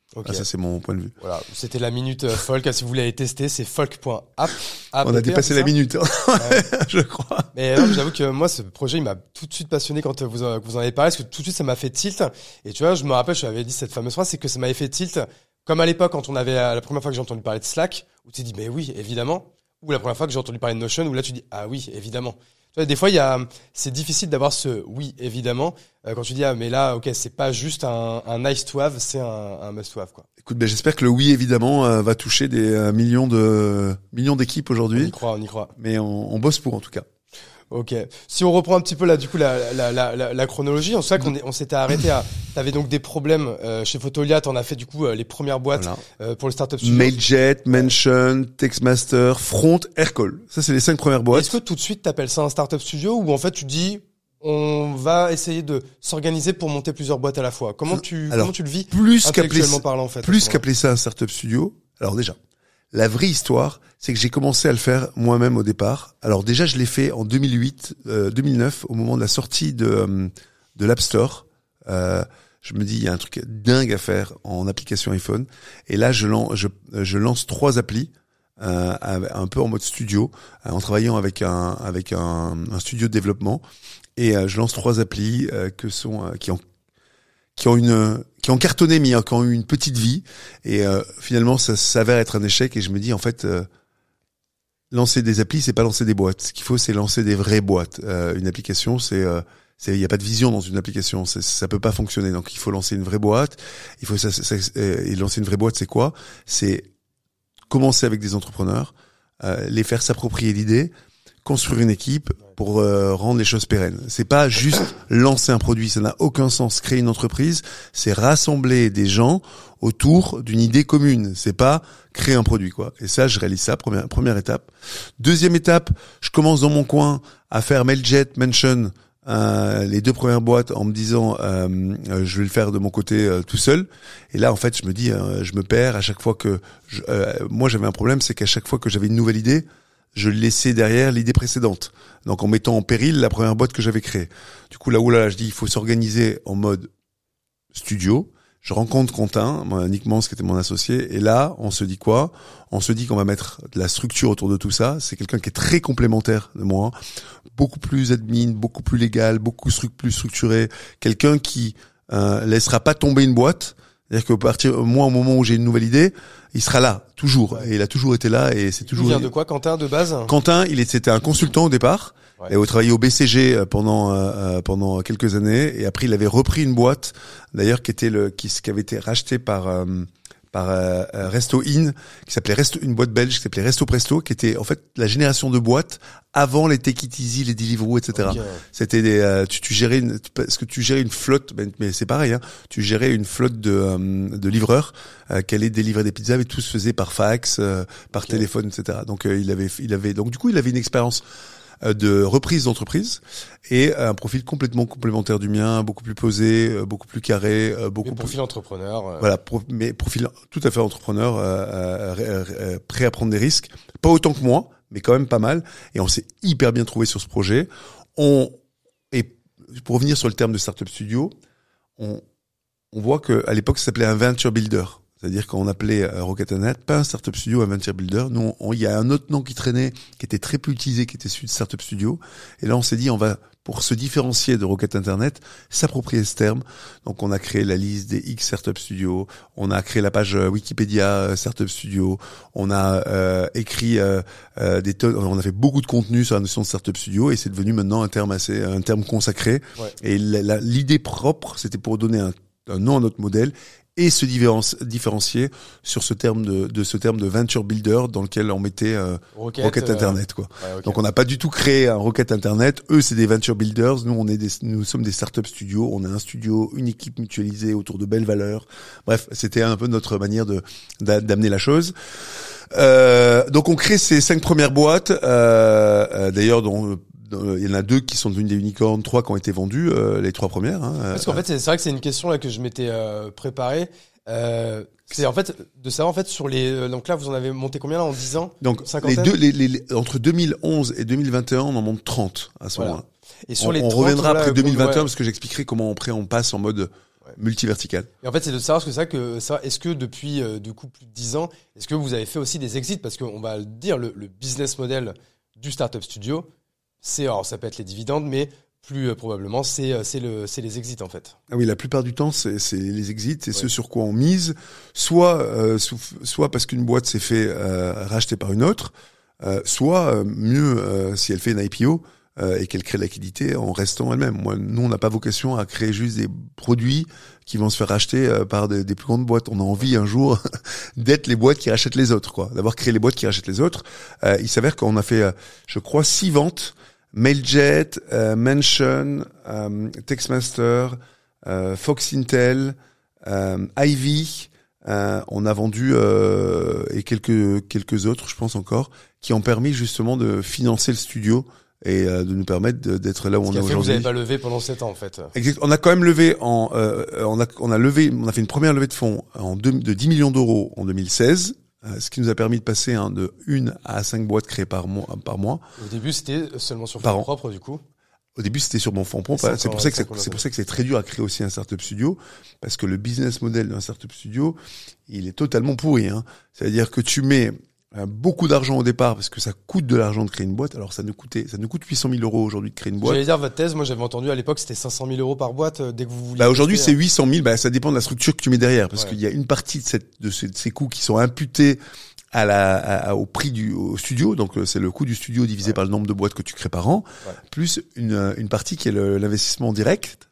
Okay. Ça, c'est mon point de vue. Voilà, c'était la minute folk. Si vous voulez aller tester, c'est folk.app. On a dépassé la minute, je crois. Mais non, j'avoue que moi, ce projet, il m'a tout de suite passionné quand vous en avez parlé, parce que tout de suite, ça m'a fait tilt. Et tu vois, je me rappelle, je t'avais dit cette fameuse phrase, c'est que ça m'avait fait tilt. Comme à l'époque, quand on avait, la première fois que j'ai entendu parler de Slack, où tu t'es dit, mais oui, évidemment. Ou la première fois que j'ai entendu parler de Notion, où là, tu dis, ah oui, évidemment. Tu vois, des fois, c'est difficile d'avoir ce oui, évidemment. Quand tu dis, ah, mais là, ok, c'est pas juste un nice to have, c'est un must to have, quoi. Écoute, j'espère que le oui, évidemment, va toucher des millions d'équipes aujourd'hui. On y croit. Mais on bosse pour, en tout cas. Ok. Si on reprend un petit peu là, du coup, la chronologie, on sait on s'était arrêté à, t'avais donc des problèmes, chez Photolia, t'en as fait, du coup, les premières boîtes, voilà. Pour le startup studio. Mailjet, Mention, Textmaster, Front, Aircall. Ça, c'est les 5 premières boîtes. Est-ce que tout de suite t'appelles ça un startup studio ou en fait tu dis, on va essayer de s'organiser pour monter plusieurs boîtes à la fois? Comment tu le vis? Intellectuellement parlant, en fait. Plus qu'appeler ça un startup studio. Alors déjà, la vraie histoire, c'est que j'ai commencé à le faire moi-même au départ. Alors déjà, je l'ai fait en 2009, au moment de la sortie de l'App Store. Je me dis, il y a un truc dingue à faire en application iPhone. Et là, je lance 3 applis, un peu en mode studio, en travaillant avec un studio de développement. Et je lance 3 applis qui ont cartonné, mais qui ont eu une petite vie. Et finalement, ça s'avère être un échec. Et je me dis, en fait, lancer des applis, c'est pas lancer des boîtes. Ce qu'il faut, c'est lancer des vraies boîtes. Une application, il y a pas de vision dans une application. Ça peut pas fonctionner. Donc, il faut lancer une vraie boîte. Et lancer une vraie boîte, c'est quoi? C'est commencer avec des entrepreneurs, les faire s'approprier l'idée, construire une équipe pour rendre les choses pérennes. C'est pas juste lancer un produit, ça n'a aucun sens. Créer une entreprise, c'est rassembler des gens autour d'une idée commune. C'est pas créer un produit, quoi. Et ça, je réalise ça, première étape. Deuxième étape, je commence dans mon coin à faire Mailjet, Mention, les 2 premières boîtes en me disant je vais le faire de mon côté tout seul. Et là, en fait, je me dis, je me perds à chaque fois que moi j'avais un problème, c'est qu'à chaque fois que j'avais une nouvelle idée, je laissais derrière l'idée précédente. Donc en mettant en péril la première boîte que j'avais créée. Du coup, je dis, il faut s'organiser en mode studio. Je rencontre Quentin, Nick Mans, qui était mon associé, et là, on se dit quoi? On se dit qu'on va mettre de la structure autour de tout ça. C'est quelqu'un qui est très complémentaire de moi, beaucoup plus admin, beaucoup plus légal, beaucoup plus structuré, quelqu'un qui laissera pas tomber une boîte. C'est-à-dire que moi, au moment où j'ai une nouvelle idée, il sera là, toujours. Ouais. Et il a toujours été là, et c'est toujours. Il vient de quoi, Quentin, de base? Quentin, c'était un consultant au départ. Ouais. Et il travaillait au BCG pendant quelques années. Et après, il avait repris une boîte, d'ailleurs, qui avait été rachetée par Resto In, qui s'appelait une boîte belge qui s'appelait Resto Presto, qui était en fait la génération de boîtes avant les Take It Easy, les Deliveroo, etc. Okay. C'était tu gérais une flotte, mais c'est pareil, hein. Tu gérais une flotte de livreurs qui allaient délivrer des pizzas, mais tout se faisait par fax, par téléphone, etc. Donc il avait donc du coup il avait une expérience de reprise d'entreprise et un profil complètement complémentaire du mien, beaucoup plus posé, beaucoup plus carré, beaucoup profil entrepreneur. Voilà, mais profil tout à fait entrepreneur, prêt à prendre des risques, pas autant que moi, mais quand même pas mal. Et on s'est hyper bien trouvé sur ce projet. Et pour revenir sur le terme de startup studio, on voit que à l'époque ça s'appelait un venture builder. C'est-à-dire qu'on appelait Rocket.net, pas un startup studio, un venture builder. Nous, il y a un autre nom qui traînait, qui était très peu utilisé, qui était celui de startup studio. Et là, on s'est dit, on va, pour se différencier de Rocket Internet, s'approprier ce terme. Donc, on a créé la liste des X startup studio. On a créé la page Wikipédia startup studio. On a écrit des tonnes. On a fait beaucoup de contenu sur la notion de startup studio, et c'est devenu maintenant un terme consacré. Ouais. Et l'idée propre, c'était pour donner un nom à notre modèle et se différencier sur ce terme de venture builder dans lequel on mettait Rocket Internet, quoi. Ouais, okay. Donc on n'a pas du tout créé un Rocket Internet. Eux, c'est des venture builders. Nous sommes des startup studios. On a un studio, une équipe mutualisée autour de belles valeurs. Bref, c'était un peu notre manière d'amener la chose. Donc on crée ces 5 premières boîtes. D'ailleurs, il y en a 2 qui sont devenues des unicorns, 3 qui ont été vendues, les 3 premières. Hein, parce qu'en fait, c'est vrai que c'est une question là que je m'étais préparé. C'est en fait de savoir en fait sur les. Donc là, vous en avez monté combien là en 10 ans? Donc entre 2011 et 2021, on en monte 30 à ce moment-là. Et sur on reviendra après 2021 parce que j'expliquerai comment on passe en mode multiverticale. Et en fait, c'est de savoir est-ce que depuis du coup plus de 10 ans, est-ce que vous avez fait aussi des exits? Parce qu'on va le dire, le business model du Startup Studio, alors ça peut être les dividendes, mais plus probablement, c'est les exits en fait. Ah oui, la plupart du temps, c'est les exits, c'est ce sur quoi on mise, soit parce qu'une boîte s'est fait racheter par une autre, soit mieux si elle fait une IPO et qu'elle crée de la liquidité en restant elle-même. Nous, on n'a pas vocation à créer juste des produits qui vont se faire racheter par des plus grandes boîtes. On a envie un jour d'être les boîtes qui rachètent les autres, quoi. D'avoir créé les boîtes qui rachètent les autres. Il s'avère qu'on a fait, je crois, 6 ventes. Mailjet, Mention, Textmaster, Fox Intel, Ivy, on a vendu et quelques autres, je pense encore, qui ont permis justement de financer le studio et de nous permettre d'être là où on est aujourd'hui. Vous n'avez pas levé pendant 7 ans en fait. Exact. On a quand même levé on a fait une première levée de fonds de 10 millions d'euros en 2016. Ce qui nous a permis de passer de 1 à 5 boîtes créées par mois. Au début, c'était seulement sur par fonds an. Propres, du coup. Au début, c'était sur mon fonds propre. C'est pour ça que c'est très dur à créer aussi un startup studio, parce que le business model d'un startup studio, il est totalement pourri, hein. C'est-à-dire que tu mets beaucoup d'argent au départ, parce que ça coûte de l'argent de créer une boîte. Alors ça nous coûte 800 000 euros aujourd'hui de créer une boîte. J'allais dire votre thèse, moi j'avais entendu à l'époque c'était 500 000 euros par boîte dès que vous vouliez. Aujourd'hui c'est 800 000. Ça dépend de la structure que tu mets derrière, parce qu'il y a une partie de ces coûts qui sont imputés au prix au studio, donc c'est le coût du studio divisé par le nombre de boîtes que tu crées par an, plus une partie qui est l'investissement en direct,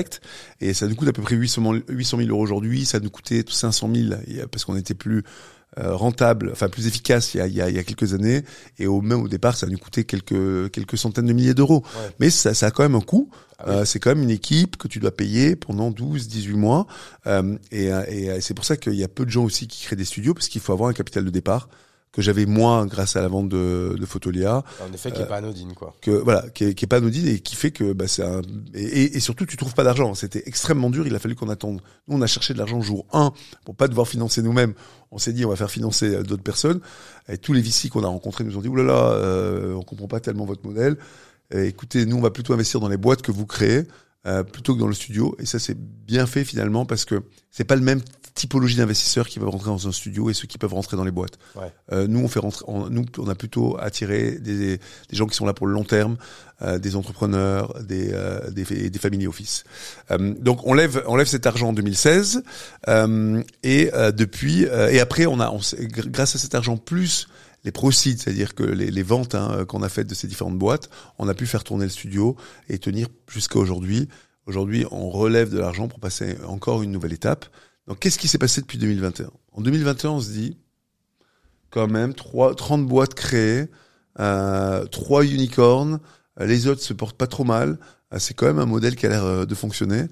et ça nous coûte à peu près 800 000 euros aujourd'hui. Ça nous coûtait 500 000 parce qu'on était plus rentable, enfin plus efficace il y a quelques années, et même au départ ça nous coûtait quelques centaines de milliers d'euros. Mais ça a quand même un coût. C'est quand même une équipe que tu dois payer pendant 12-18 mois, et c'est pour ça qu'il y a peu de gens aussi qui créent des studios, parce qu'il faut avoir un capital de départ que j'avais moi grâce à la vente de Photolia. En effet, qui est pas anodine, quoi. Qui est pas anodine, et qui fait que et surtout tu trouves pas d'argent. C'était extrêmement dur, il a fallu qu'on attende. Nous on a cherché de l'argent jour 1 pour pas devoir financer nous-mêmes. On s'est dit on va faire financer d'autres personnes, et tous les VC qu'on a rencontrés nous ont dit oulala, on comprend pas tellement votre modèle. Écoutez, nous on va plutôt investir dans les boîtes que vous créez plutôt que dans le studio, et ça c'est bien fait finalement, parce que c'est pas le même typologie d'investisseurs qui peuvent rentrer dans un studio et ceux qui peuvent rentrer dans les boîtes. Nous on fait rentrer, on a plutôt attiré des gens qui sont là pour le long terme, des entrepreneurs, des family office. Donc on lève cet argent en 2016, et depuis et après grâce à cet argent plus les proceeds, c'est-à-dire que les ventes qu'on a faites de ces différentes boîtes, on a pu faire tourner le studio et tenir jusqu'à aujourd'hui. Aujourd'hui, on relève de l'argent pour passer encore une nouvelle étape. Donc, qu'est-ce qui s'est passé depuis 2021 ? En 2021, on se dit, quand même, 30 boîtes créées, 3 unicorns, les autres se portent pas trop mal. C'est quand même un modèle qui a l'air de fonctionner.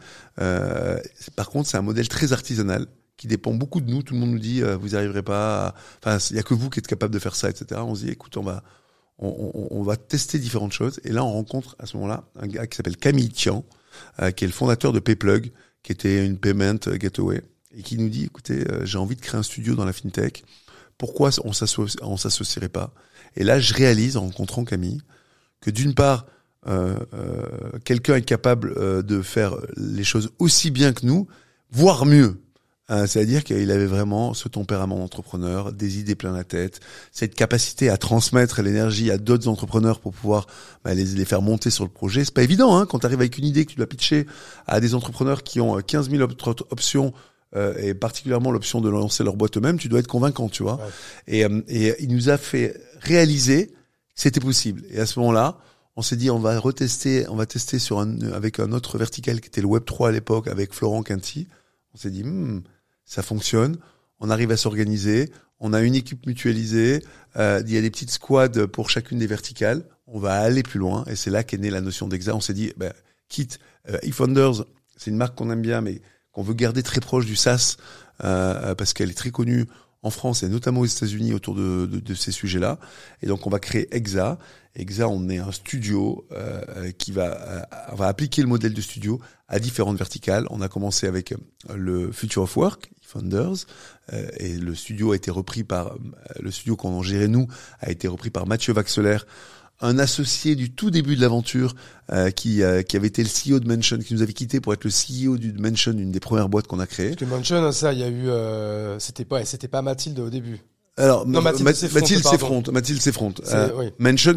Par contre, c'est un modèle très artisanal, qui dépend beaucoup de nous. Tout le monde nous dit vous n'y arriverez pas. Enfin, il y a que vous qui êtes capable de faire ça, etc. On se dit écoute, on va tester différentes choses. Et là, on rencontre à ce moment-là un gars qui s'appelle Camille Tian, qui est le fondateur de Payplug, qui était une payment gateway, et qui nous dit écoutez, j'ai envie de créer un studio dans la fintech. Pourquoi on s'associerait pas ? Et là, je réalise en rencontrant Camille que d'une part, quelqu'un est capable de faire les choses aussi bien que nous, voire mieux. C'est-à-dire qu'il avait vraiment ce tempérament d'entrepreneur, des idées plein la tête, cette capacité à transmettre l'énergie à d'autres entrepreneurs pour pouvoir les faire monter sur le projet. C'est pas évident, hein, quand tu arrives avec une idée que tu dois pitcher à des entrepreneurs qui ont 15 000 options, et particulièrement l'option de lancer leur boîte eux-mêmes, tu dois être convaincant, tu vois. Et il nous a fait réaliser que c'était possible. Et à ce moment-là, on s'est dit on va tester avec un autre vertical qui était le Web3 à l'époque, avec Florent Quinty. On s'est dit ça fonctionne, on arrive à s'organiser, on a une équipe mutualisée, il y a des petites squads pour chacune des verticales, on va aller plus loin, et c'est là qu'est née la notion d'Exa. On s'est dit, quitte eFounders, c'est une marque qu'on aime bien, mais qu'on veut garder très proche du SaaS, parce qu'elle est très connue en France et notamment aux États-Unis autour de ces sujets-là. Et donc on va créer Exa. Exa, on est un studio qui on va appliquer le modèle de studio à différentes verticales. On a commencé avec le Future of Work, Founders, et le studio a été repris par le studio qu'on en gérait nous a été repris par Mathieu Vaxelaire, un associé du tout début de l'aventure qui avait été le CEO de Mention, qui nous avait quitté pour être le CEO de Mention, une des premières boîtes qu'on a créées. Parce que Mention, ça, il y a eu, c'était pas Mathilde au début. Alors, non, Mathilde Seffronte. Mathilde Seffronte. Oui. Mention,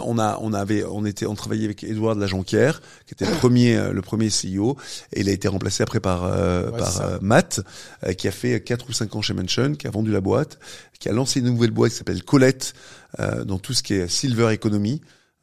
on travaillait avec Édouard de la Jonquière, qui était le premier CEO, et il a été remplacé après par Matt, qui a fait 4 ou 5 ans chez Mention, qui a vendu la boîte, qui a lancé une nouvelle boîte qui s'appelle Colette, dans tout ce qui est Silver Economy,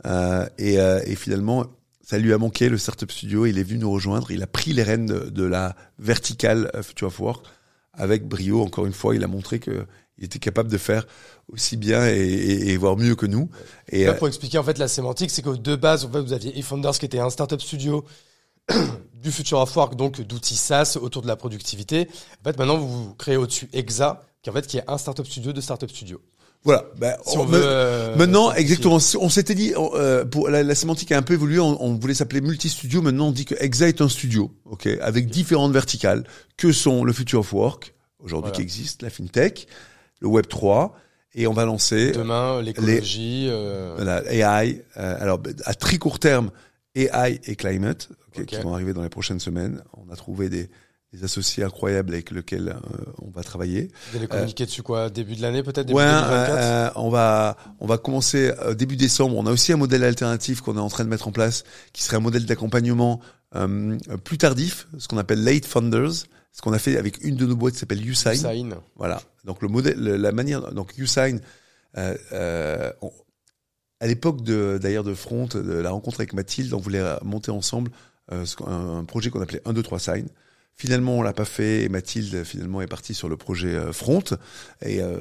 et finalement, ça lui a manqué, le Startup Studio, il est venu nous rejoindre, il a pris les rênes de la verticale Future of Work, avec brio. Encore une fois, il a montré que il était capable de faire aussi bien et voire mieux que nous. Et là, pour expliquer en fait la sémantique, c'est que de base, en fait, vous aviez eFounders qui était un startup studio du Future of Work, donc d'outils SaaS autour de la productivité. En fait, maintenant, vous créez au-dessus Exa, qui est un startup studio de startup studio. Voilà. Si on veut, maintenant, exactement. On s'était dit, pour la sémantique a un peu évolué. On voulait s'appeler multi-studio. Maintenant, on dit que Exa est un studio, avec différentes verticales, que sont le Future of Work, aujourd'hui qui existe, la FinTech, le Web 3, et on va lancer demain l'écologie, AI. Alors à très court terme, AI et climate, qui vont arriver dans les prochaines semaines. On a trouvé des associés incroyables avec lesquels on va travailler. Vous allez communiquer dessus quoi, début de l'année peut-être, début 2024. On va commencer début décembre. On a aussi un modèle alternatif qu'on est en train de mettre en place, qui serait un modèle d'accompagnement plus tardif, ce qu'on appelle late funders. Ce qu'on a fait avec une de nos boîtes qui s'appelle YouSign. Voilà. Donc le modèle, la manière, donc YouSign, à l'époque d'ailleurs de Front, de la rencontre avec Mathilde, on voulait monter ensemble un projet qu'on appelait 1, 2, 3 Sign. Finalement, on l'a pas fait et Mathilde finalement est partie sur le projet Front. Et à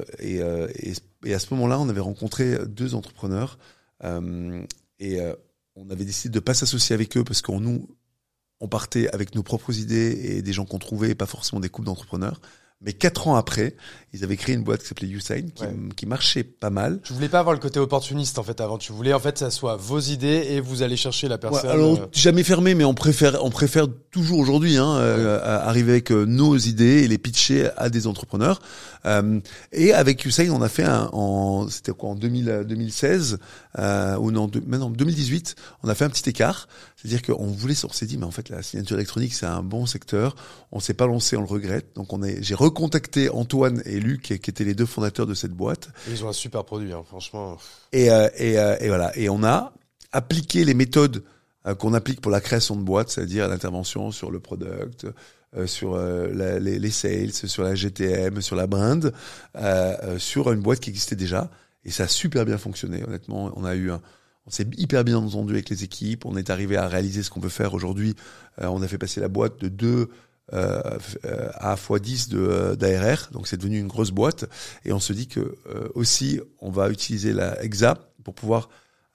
ce moment-là, on avait rencontré 2 entrepreneurs on avait décidé de pas s'associer avec eux parce on partait avec nos propres idées et des gens qu'on trouvait, pas forcément des couples d'entrepreneurs. Mais 4 ans après, ils avaient créé une boîte qui s'appelait YouSign, qui marchait pas mal. Tu voulais pas avoir le côté opportuniste, en fait, avant. Tu voulais, en fait, que ça soit vos idées et vous allez chercher la personne. Alors, jamais fermé, mais on préfère toujours aujourd'hui, arriver avec nos idées et les pitcher à des entrepreneurs. Et avec YouSign, on a fait c'était quoi, en 2016, maintenant 2018, on a fait un petit écart. C'est-à-dire on s'est dit, mais en fait, la signature électronique, c'est un bon secteur. On s'est pas lancé, on le regrette. Donc j'ai recontacté Antoine et Luc, qui étaient les 2 fondateurs de cette boîte. Ils ont un super produit, franchement. Et voilà. Et on a appliqué les méthodes qu'on applique pour la création de boîtes, c'est-à-dire l'intervention sur le product, sur les sales, sur la GTM, sur la brand, sur une boîte qui existait déjà. Et ça a super bien fonctionné, honnêtement. On s'est hyper bien entendu avec les équipes. On est arrivé à réaliser ce qu'on veut faire aujourd'hui. On a fait passer la boîte de 2 à x10 d'ARR. Donc c'est devenu une grosse boîte. Et on se dit que aussi, on va utiliser la Exa pour pouvoir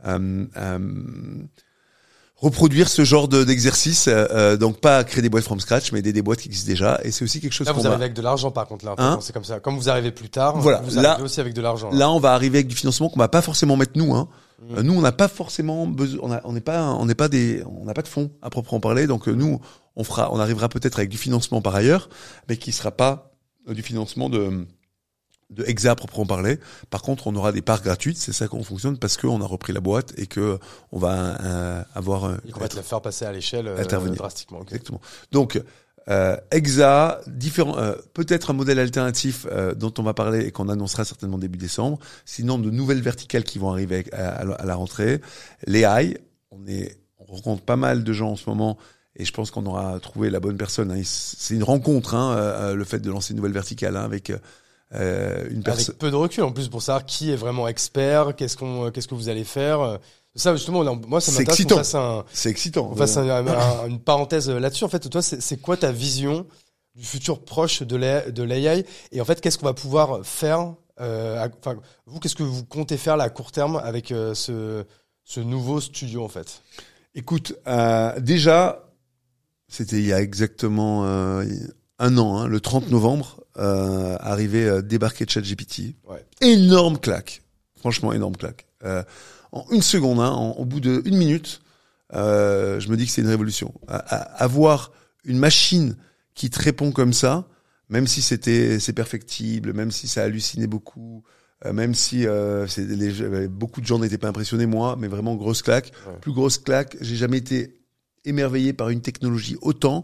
reproduire ce genre d'exercice, donc pas créer des boîtes from scratch, mais des boîtes qui existent déjà. Et c'est aussi quelque chose là, vous arrivez avec de l'argent, par contre, là. C'est comme ça. Comme vous arrivez plus tard, voilà, vous arrivez aussi avec de l'argent. Là, on va arriver avec du financement qu'on va pas forcément mettre nous, Nous, on n'a pas forcément besoin, on n'a pas de fonds à proprement parler. Donc, nous, on arrivera peut-être avec du financement par ailleurs, mais qui sera pas du financement de Exa à proprement parler. Par contre, on aura des parts gratuites, c'est ça qu'on fonctionne parce qu'on a repris la boîte et que on va avoir et qu'on va te la faire passer à l'échelle drastiquement. Okay. Exactement. Donc Exa, peut-être un modèle alternatif dont on va parler et qu'on annoncera certainement début décembre. Sinon, de nouvelles verticales qui vont arriver à la rentrée. L'AI, on rencontre pas mal de gens en ce moment. Et je pense qu'on aura trouvé la bonne personne. C'est une rencontre, le fait de lancer une nouvelle verticale avec une personne. Avec peu de recul en plus pour savoir qui est vraiment expert, qu'est-ce que vous allez faire. Ça justement, moi ça m'intéresse qu'on fasse c'est excitant. On fasse une parenthèse là-dessus. En fait, toi, c'est quoi ta vision du futur proche de l'AI et en fait, qu'est-ce qu'on va pouvoir faire vous, qu'est-ce que vous comptez faire là à court terme avec ce nouveau studio en fait? Écoute, déjà. C'était il y a exactement 1 an, le 30 novembre, débarqué de ChatGPT. Ouais. Énorme claque. Franchement, énorme claque. En 1 seconde, au bout de 1 minute, je me dis que c'est une révolution. Avoir une machine qui te répond comme ça, même si c'est perfectible, même si ça hallucinait beaucoup, même si beaucoup de gens n'étaient pas impressionnés, moi, mais vraiment grosse claque. Ouais. Plus grosse claque, j'ai jamais été émerveillé par une technologie autant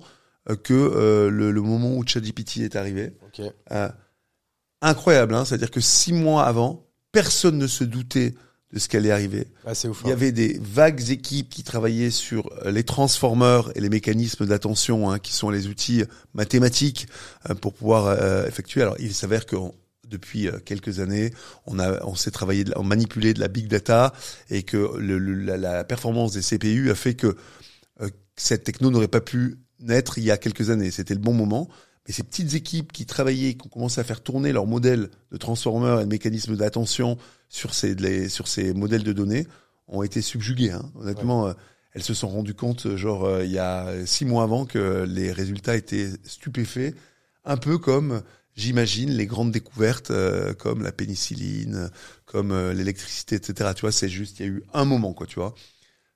que le moment où ChatGPT est arrivé. Ok. Incroyable, hein, c'est-à-dire que 6 mois avant, personne ne se doutait de ce qui allait arriver. Ah, c'est ouf. Il y avait des vagues équipes qui travaillaient sur les transformers et les mécanismes d'attention, hein, qui sont les outils mathématiques pour pouvoir effectuer. Alors, il s'avère que depuis quelques années, on s'est on manipulé de la big data et que la performance des CPU a fait que cette techno n'aurait pas pu naître il y a quelques années. C'était le bon moment. Mais ces petites équipes qui travaillaient, qui ont commencé à faire tourner leur modèle de transformer et de mécanismes d'attention sur ces modèles de données ont été subjuguées. Hein. Honnêtement, elles se sont rendues compte, il y a 6 mois avant, que les résultats étaient stupéfaits. Un peu comme, j'imagine, les grandes découvertes comme la pénicilline, comme l'électricité, etc. Tu vois, c'est juste, il y a eu un moment, quoi, tu vois.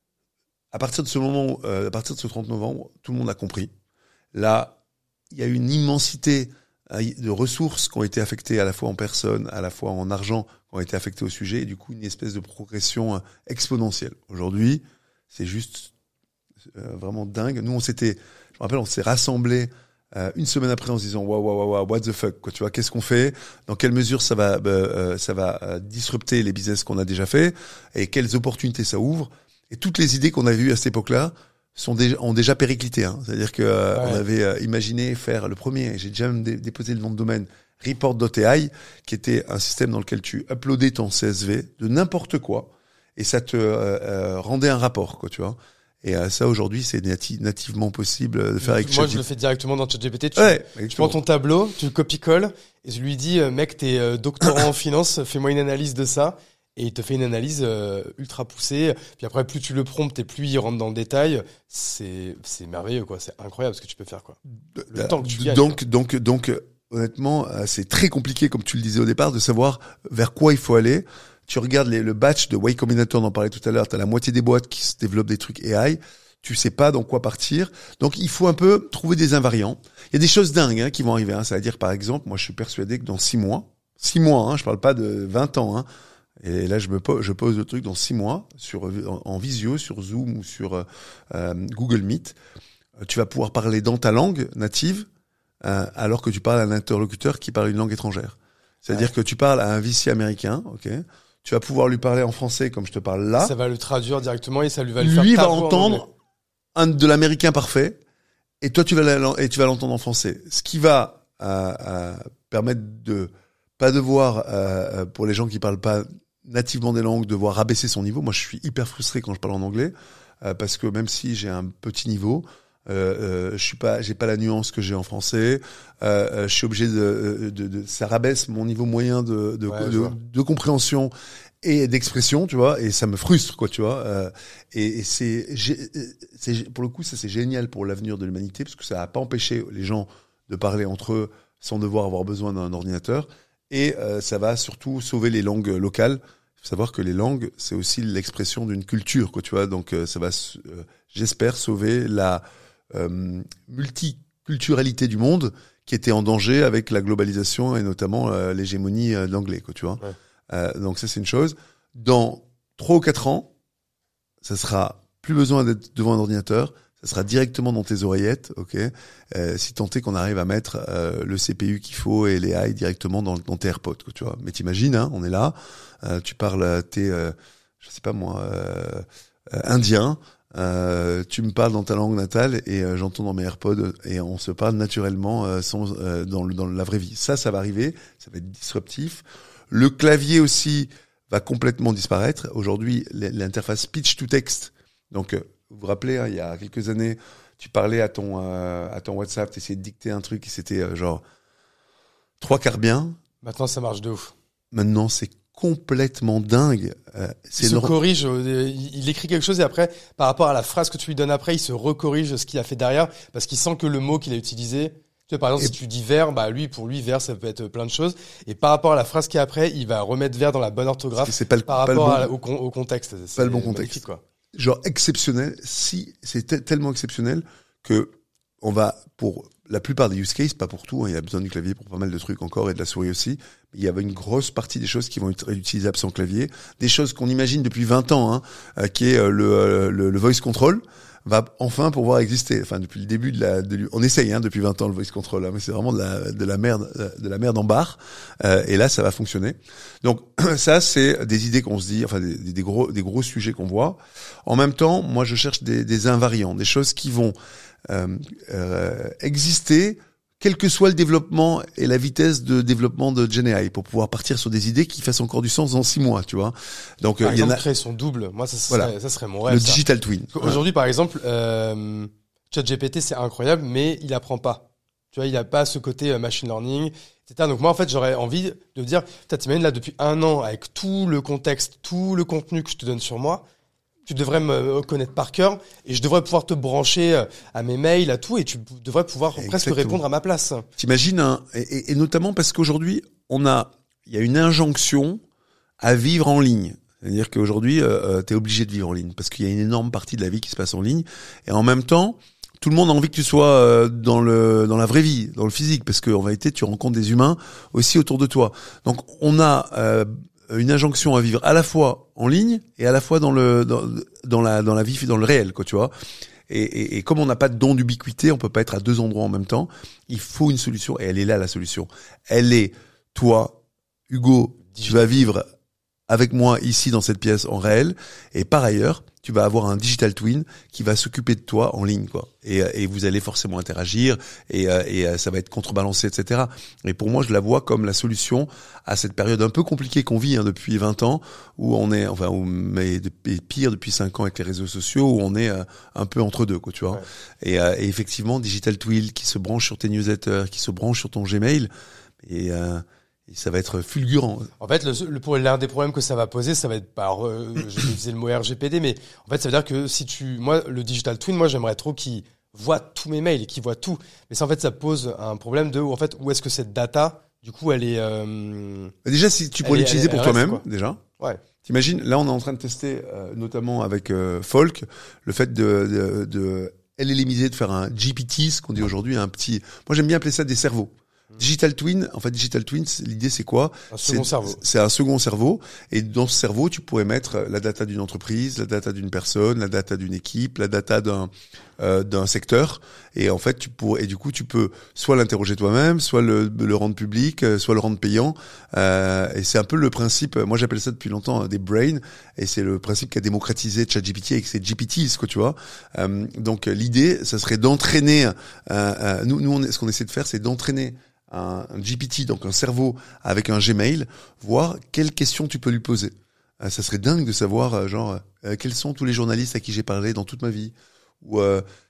À partir de ce moment, à partir de ce 30 novembre, tout le monde a compris. Là, il y a une immensité de ressources qui ont été affectées à la fois en personnes, à la fois en argent, qui ont été affectées au sujet, et du coup une espèce de progression exponentielle. Aujourd'hui, c'est juste vraiment dingue. Nous, je me rappelle, on s'est rassemblés une semaine après en se disant waouh, what the fuck, quoi, tu vois, qu'est-ce qu'on fait, dans quelle mesure ça va disrupter les business qu'on a déjà fait, et quelles opportunités ça ouvre, et toutes les idées qu'on a vues à cette époque-là ont déjà périclité, hein. C'est-à-dire que on avait imaginé faire le premier, j'ai déjà même déposé le nom de domaine, report.ai, qui était un système dans lequel tu uploadais ton CSV de n'importe quoi et ça te rendait un rapport, quoi, tu vois. Et ça aujourd'hui c'est nativement possible de faire avec Moi je le fais directement dans ChatGPT. Tu prends ton ton tableau, tu le copie-colles et je lui dis mec t'es doctorant en finance, fais-moi une analyse de ça. Et il te fait une analyse ultra poussée. Puis après, plus tu le promptes et plus il rentre dans le détail, c'est merveilleux, quoi. C'est incroyable ce que tu peux faire, quoi. Le temps que tu gagnes. Donc, honnêtement, c'est très compliqué, comme tu le disais au départ, de savoir vers quoi il faut aller. Tu regardes le batch de Y Combinator, on en parlait tout à l'heure. T'as la moitié des boîtes qui se développent des trucs AI. Tu sais pas dans quoi partir. Donc, il faut un peu trouver des invariants. Il y a des choses dingues, hein, qui vont arriver, hein. Ça veut dire, par exemple, moi, je suis persuadé que dans 6 mois, hein, je parle pas de 20 ans, hein. Et là, je pose le truc dans 6 mois en visio, sur Zoom ou sur Google Meet. Tu vas pouvoir parler dans ta langue native, alors que tu parles à un interlocuteur qui parle une langue étrangère. C'est-à-dire que tu parles à un VC américain, ok. Tu vas pouvoir lui parler en français comme je te parle là. Ça va le traduire directement et ça lui va lui faire. Lui va entendre de l'américain parfait, et toi tu vas l'entendre en français. Ce qui va permettre de pas devoir pour les gens qui parlent pas nativement des langues, devoir rabaisser son niveau. Moi, je suis hyper frustré quand je parle en anglais parce que même si j'ai un petit niveau, j'ai pas la nuance que j'ai en français. Je suis obligé ça rabaisse mon niveau moyen de compréhension et d'expression, tu vois, et ça me frustre, quoi, tu vois. Et c'est pour le coup, ça c'est génial pour l'avenir de l'humanité parce que ça a pas empêché les gens de parler entre eux sans devoir avoir besoin d'un ordinateur. Et ça va surtout sauver les langues locales. Il faut savoir que les langues, c'est aussi l'expression d'une culture, quoi, tu vois. Donc ça va, j'espère, sauver la multiculturalité du monde qui était en danger avec la globalisation et notamment l'hégémonie de l'anglais, quoi, tu vois. Ouais. Donc ça, c'est une chose. Dans 3 ou 4 ans, ça sera plus besoin d'être devant un ordinateur. Ça sera directement dans tes oreillettes, ok. Si tant est qu'on arrive à mettre le CPU qu'il faut et les AI directement dans tes AirPods, quoi, tu vois. Mais t'imagines, hein, on est là, tu parles, je sais pas moi, indien, tu me parles dans ta langue natale et j'entends dans mes AirPods et on se parle naturellement dans la vraie vie. Ça va arriver, ça va être disruptif. Le clavier aussi va complètement disparaître. Aujourd'hui, l'interface speech to text, donc vous vous rappelez, hein, il y a quelques années, tu parlais à ton WhatsApp, tu essayais de dicter un truc et c'était genre 3/4 bien. Maintenant, ça marche de ouf. Maintenant, c'est complètement dingue. Il se corrige, il écrit quelque chose et après, par rapport à la phrase que tu lui donnes après, il se recorrige ce qu'il a fait derrière parce qu'il sent que le mot qu'il a utilisé... Tu vois, par exemple, si tu dis vers, pour lui, vers, ça peut être plein de choses. Et par rapport à la phrase qui est après, il va remettre vers dans la bonne orthographe par rapport au contexte. C'est pas le bon contexte. Quoi. Genre exceptionnel, c'est tellement exceptionnel que on va pour la plupart des use cases, pas pour tout, hein, il y a besoin du clavier pour pas mal de trucs encore et de la souris aussi. Il y avait une grosse partie des choses qui vont être utilisables sans clavier, des choses qu'on imagine depuis 20 ans, hein, qui est le voice control va enfin pouvoir exister. Enfin, depuis le début on essaye, hein, depuis 20 ans le voice control, hein, mais c'est vraiment de la merde en barre. Et là, ça va fonctionner. Donc ça, c'est des idées qu'on se dit, enfin des gros sujets qu'on voit. En même temps, moi, je cherche des invariants, des choses qui vont exister, quel que soit le développement et la vitesse de développement de GenAI, pour pouvoir partir sur des idées qui fassent encore du sens dans 6 mois, tu vois. Donc, par exemple, créer son double. Moi, ça serait mon rêve. Le digital twin. Aujourd'hui, par exemple, ChatGPT, c'est incroyable, mais il apprend pas. Tu vois, il a pas ce côté machine learning, etc. Donc moi, en fait, j'aurais envie de dire, t'imagines là, depuis 1 an, avec tout le contexte, tout le contenu que je te donne sur moi, tu devrais me connaître par cœur et je devrais pouvoir te brancher à mes mails, à tout, et tu devrais pouvoir presque répondre à ma place. T'imagines, et notamment parce qu'aujourd'hui, il y a une injonction à vivre en ligne. C'est-à-dire qu'aujourd'hui, t'es obligé de vivre en ligne parce qu'il y a une énorme partie de la vie qui se passe en ligne. Et en même temps, tout le monde a envie que tu sois dans la vraie vie, dans le physique, parce qu'en réalité, tu rencontres des humains aussi autour de toi. Donc, on a une injonction à vivre à la fois en ligne et à la fois dans la vie, dans le réel, quoi, tu vois. Et comme on n'a pas de don d'ubiquité, on peut pas être à 2 endroits en même temps. Il faut une solution, et elle est là, la solution. Elle est, toi, Hugo, tu vas vivre avec moi ici dans cette pièce en réel, et par ailleurs, tu vas avoir un digital twin qui va s'occuper de toi en ligne, quoi. Et vous allez forcément interagir, et ça va être contrebalancé, etc. Et pour moi, je la vois comme la solution à cette période un peu compliquée qu'on vit, hein, depuis 20 ans, où on est, mais pire depuis 5 ans avec les réseaux sociaux, où on est un peu entre deux, quoi, tu vois. Ouais. Et effectivement, digital twin qui se branche sur tes newsletters, qui se branche sur ton Gmail, et ça va être fulgurant. En fait, l'un des problèmes que ça va poser, ça va être, je vais utiliser le mot RGPD, mais en fait, ça veut dire que moi, le digital twin, moi, j'aimerais trop qu'il voit tous mes mails et qu'il voit tout. Mais ça, en fait, ça pose un problème où est-ce que cette data, du coup, elle est, déjà, si tu pourrais l'utiliser pour toi-même, déjà. Ouais. T'imagines, là, on est en train de tester, notamment avec Folk, le fait de LLMiser, de faire un GPT, ce qu'on dit aujourd'hui, moi, j'aime bien appeler ça des cerveaux. Digital twin, l'idée c'est quoi? Un second cerveau. C'est un second cerveau, et dans ce cerveau, tu pourrais mettre la data d'une entreprise, la data d'une personne, la data d'une équipe, la data d'un secteur, et en fait du coup tu peux soit l'interroger toi-même, soit le rendre public, soit le rendre payant, et c'est un peu le principe, moi j'appelle ça depuis longtemps des brains, et c'est le principe qu'a démocratisé ChatGPT avec ses GPTs, quoi, tu vois. Donc l'idée, ça serait d'entraîner, nous ce qu'on essaie de faire, c'est d'entraîner un GPT, donc un cerveau avec un Gmail, voir quelles questions tu peux lui poser. Ça serait dingue de savoir, quels sont tous les journalistes à qui j'ai parlé dans toute ma vie. Ou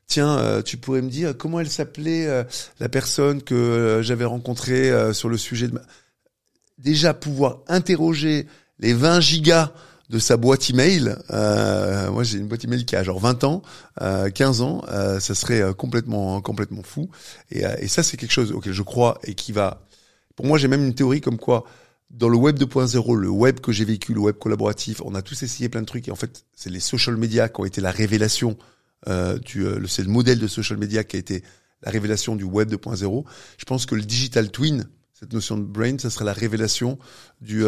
tu pourrais me dire comment elle s'appelait la personne que j'avais rencontrée sur le sujet de déjà pouvoir interroger les 20 gigas de sa boîte email. Moi, j'ai une boîte email qui a 20 ans, 15 ans. Ça serait complètement fou. Et ça, c'est quelque chose auquel je crois et qui va... Pour moi, j'ai même une théorie comme quoi, dans le web 2.0, le web que j'ai vécu, le web collaboratif, on a tous essayé plein de trucs. Et en fait, c'est les social media qui ont été la révélation c'est le modèle de social media qui a été la révélation du web 2.0. Je pense que le digital twin, cette notion de brain, ça serait la révélation de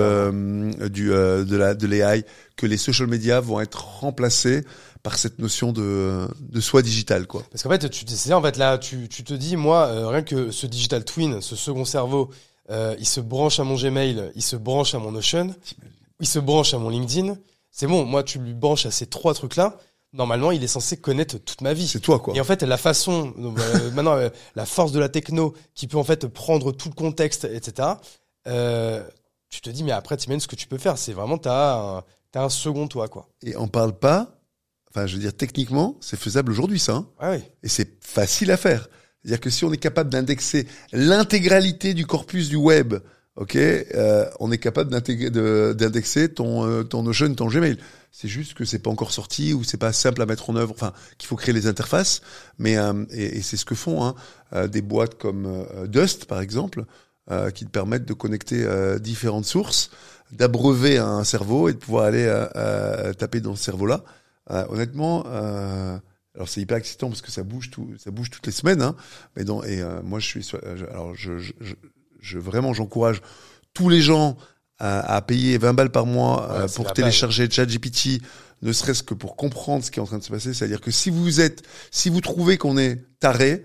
l'AI, que les social media vont être remplacés par cette notion de soi digital, quoi. Parce qu'en fait, tu te dis, moi, rien que ce digital twin, ce second cerveau, il se branche à mon Gmail, il se branche à mon Notion, il se branche à mon LinkedIn. C'est bon, moi, tu lui branches à ces 3 trucs-là. Normalement, il est censé connaître toute ma vie. C'est toi, quoi. Et en fait, la façon, maintenant, la force de la techno qui peut en fait prendre tout le contexte, etc. Tu te dis, mais après, t'imagines ce que tu peux faire. C'est vraiment, t'as un second toi, quoi. Et on parle pas, enfin, je veux dire, techniquement, c'est faisable aujourd'hui, ça. Hein. Ah oui. Et c'est facile à faire. C'est-à-dire que si on est capable d'indexer l'intégralité du corpus du web, on est capable d'indexer ton Notion, ton Gmail. C'est juste que c'est pas encore sorti ou c'est pas simple à mettre en œuvre. Enfin, qu'il faut créer les interfaces. Mais et c'est ce que font des boîtes comme Dust, par exemple, qui te permettent de connecter différentes sources, d'abreuver un cerveau et de pouvoir aller taper dans ce cerveau-là. Honnêtement, Alors c'est hyper excitant parce que ça bouge toutes les semaines, hein. Mais moi vraiment j'encourage tous les gens à payer 20 balles par mois pour télécharger ChatGPT, ne serait-ce que pour comprendre ce qui est en train de se passer. C'est-à-dire que si vous trouvez qu'on est taré,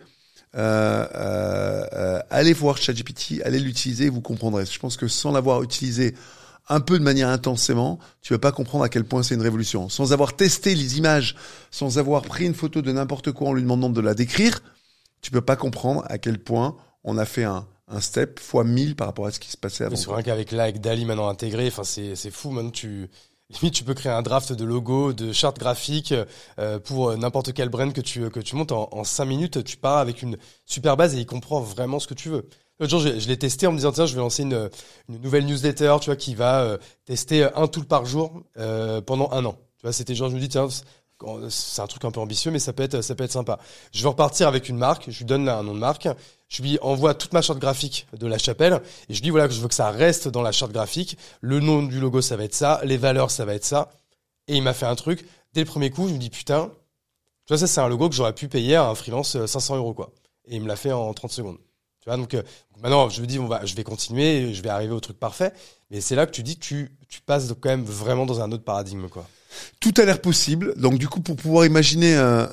allez voir ChatGPT, allez l'utiliser, vous comprendrez. Je pense que sans l'avoir utilisé un peu de manière intensément, tu vas pas comprendre à quel point c'est une révolution. Sans avoir testé les images, sans avoir pris une photo de n'importe quoi en lui demandant de la décrire, tu peux pas comprendre à quel point on a fait un step fois 1000 par rapport à ce qui se passait avant. C'est vrai qu'avec DALL-E maintenant intégré, enfin c'est fou. Maintenant limite tu peux créer un draft de logo, de charte graphique pour n'importe quel brand que tu montes en 5 minutes. Tu pars avec une super base et il comprend vraiment ce que tu veux. L'autre jour, je l'ai testé en me disant tiens, je vais lancer une nouvelle newsletter, tu vois, qui va tester un tool par jour pendant 1 an. Tu vois, c'était genre je me dis tiens, c'est un truc un peu ambitieux, mais ça peut être sympa. Je vais repartir avec une marque, je lui donne un nom de marque, je lui envoie toute ma charte graphique de la chapelle et je lui dis voilà que je veux que ça reste dans la charte graphique, le nom du logo ça va être ça, les valeurs ça va être ça. Et il m'a fait un truc dès le premier coup, je me dis putain, tu vois ça c'est un logo que j'aurais pu payer à un freelance 500 € quoi. Et il me l'a fait en 30 secondes. Tu vois, donc maintenant je me dis je vais continuer, je vais arriver au truc parfait, mais c'est là que tu dis que tu passes quand même vraiment dans un autre paradigme quoi. Tout a l'air possible. Donc du coup, pour pouvoir imaginer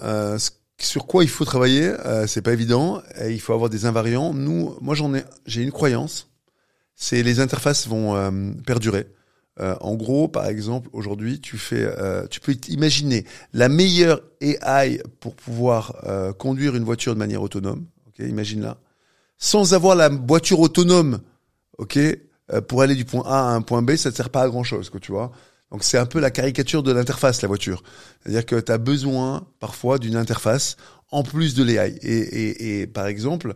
sur quoi il faut travailler, c'est pas évident. Il faut avoir des invariants. Moi j'ai une croyance, c'est les interfaces vont perdurer. En gros, par exemple, aujourd'hui, tu peux imaginer la meilleure AI pour pouvoir conduire une voiture de manière autonome. Ok, imagine-la. Sans avoir la voiture autonome, ok, pour aller du point A à un point B, ça ne sert pas à grand chose, quoi, tu vois. Donc c'est un peu la caricature de l'interface, la voiture. C'est-à-dire que tu as besoin parfois d'une interface en plus de l'AI. Et par exemple,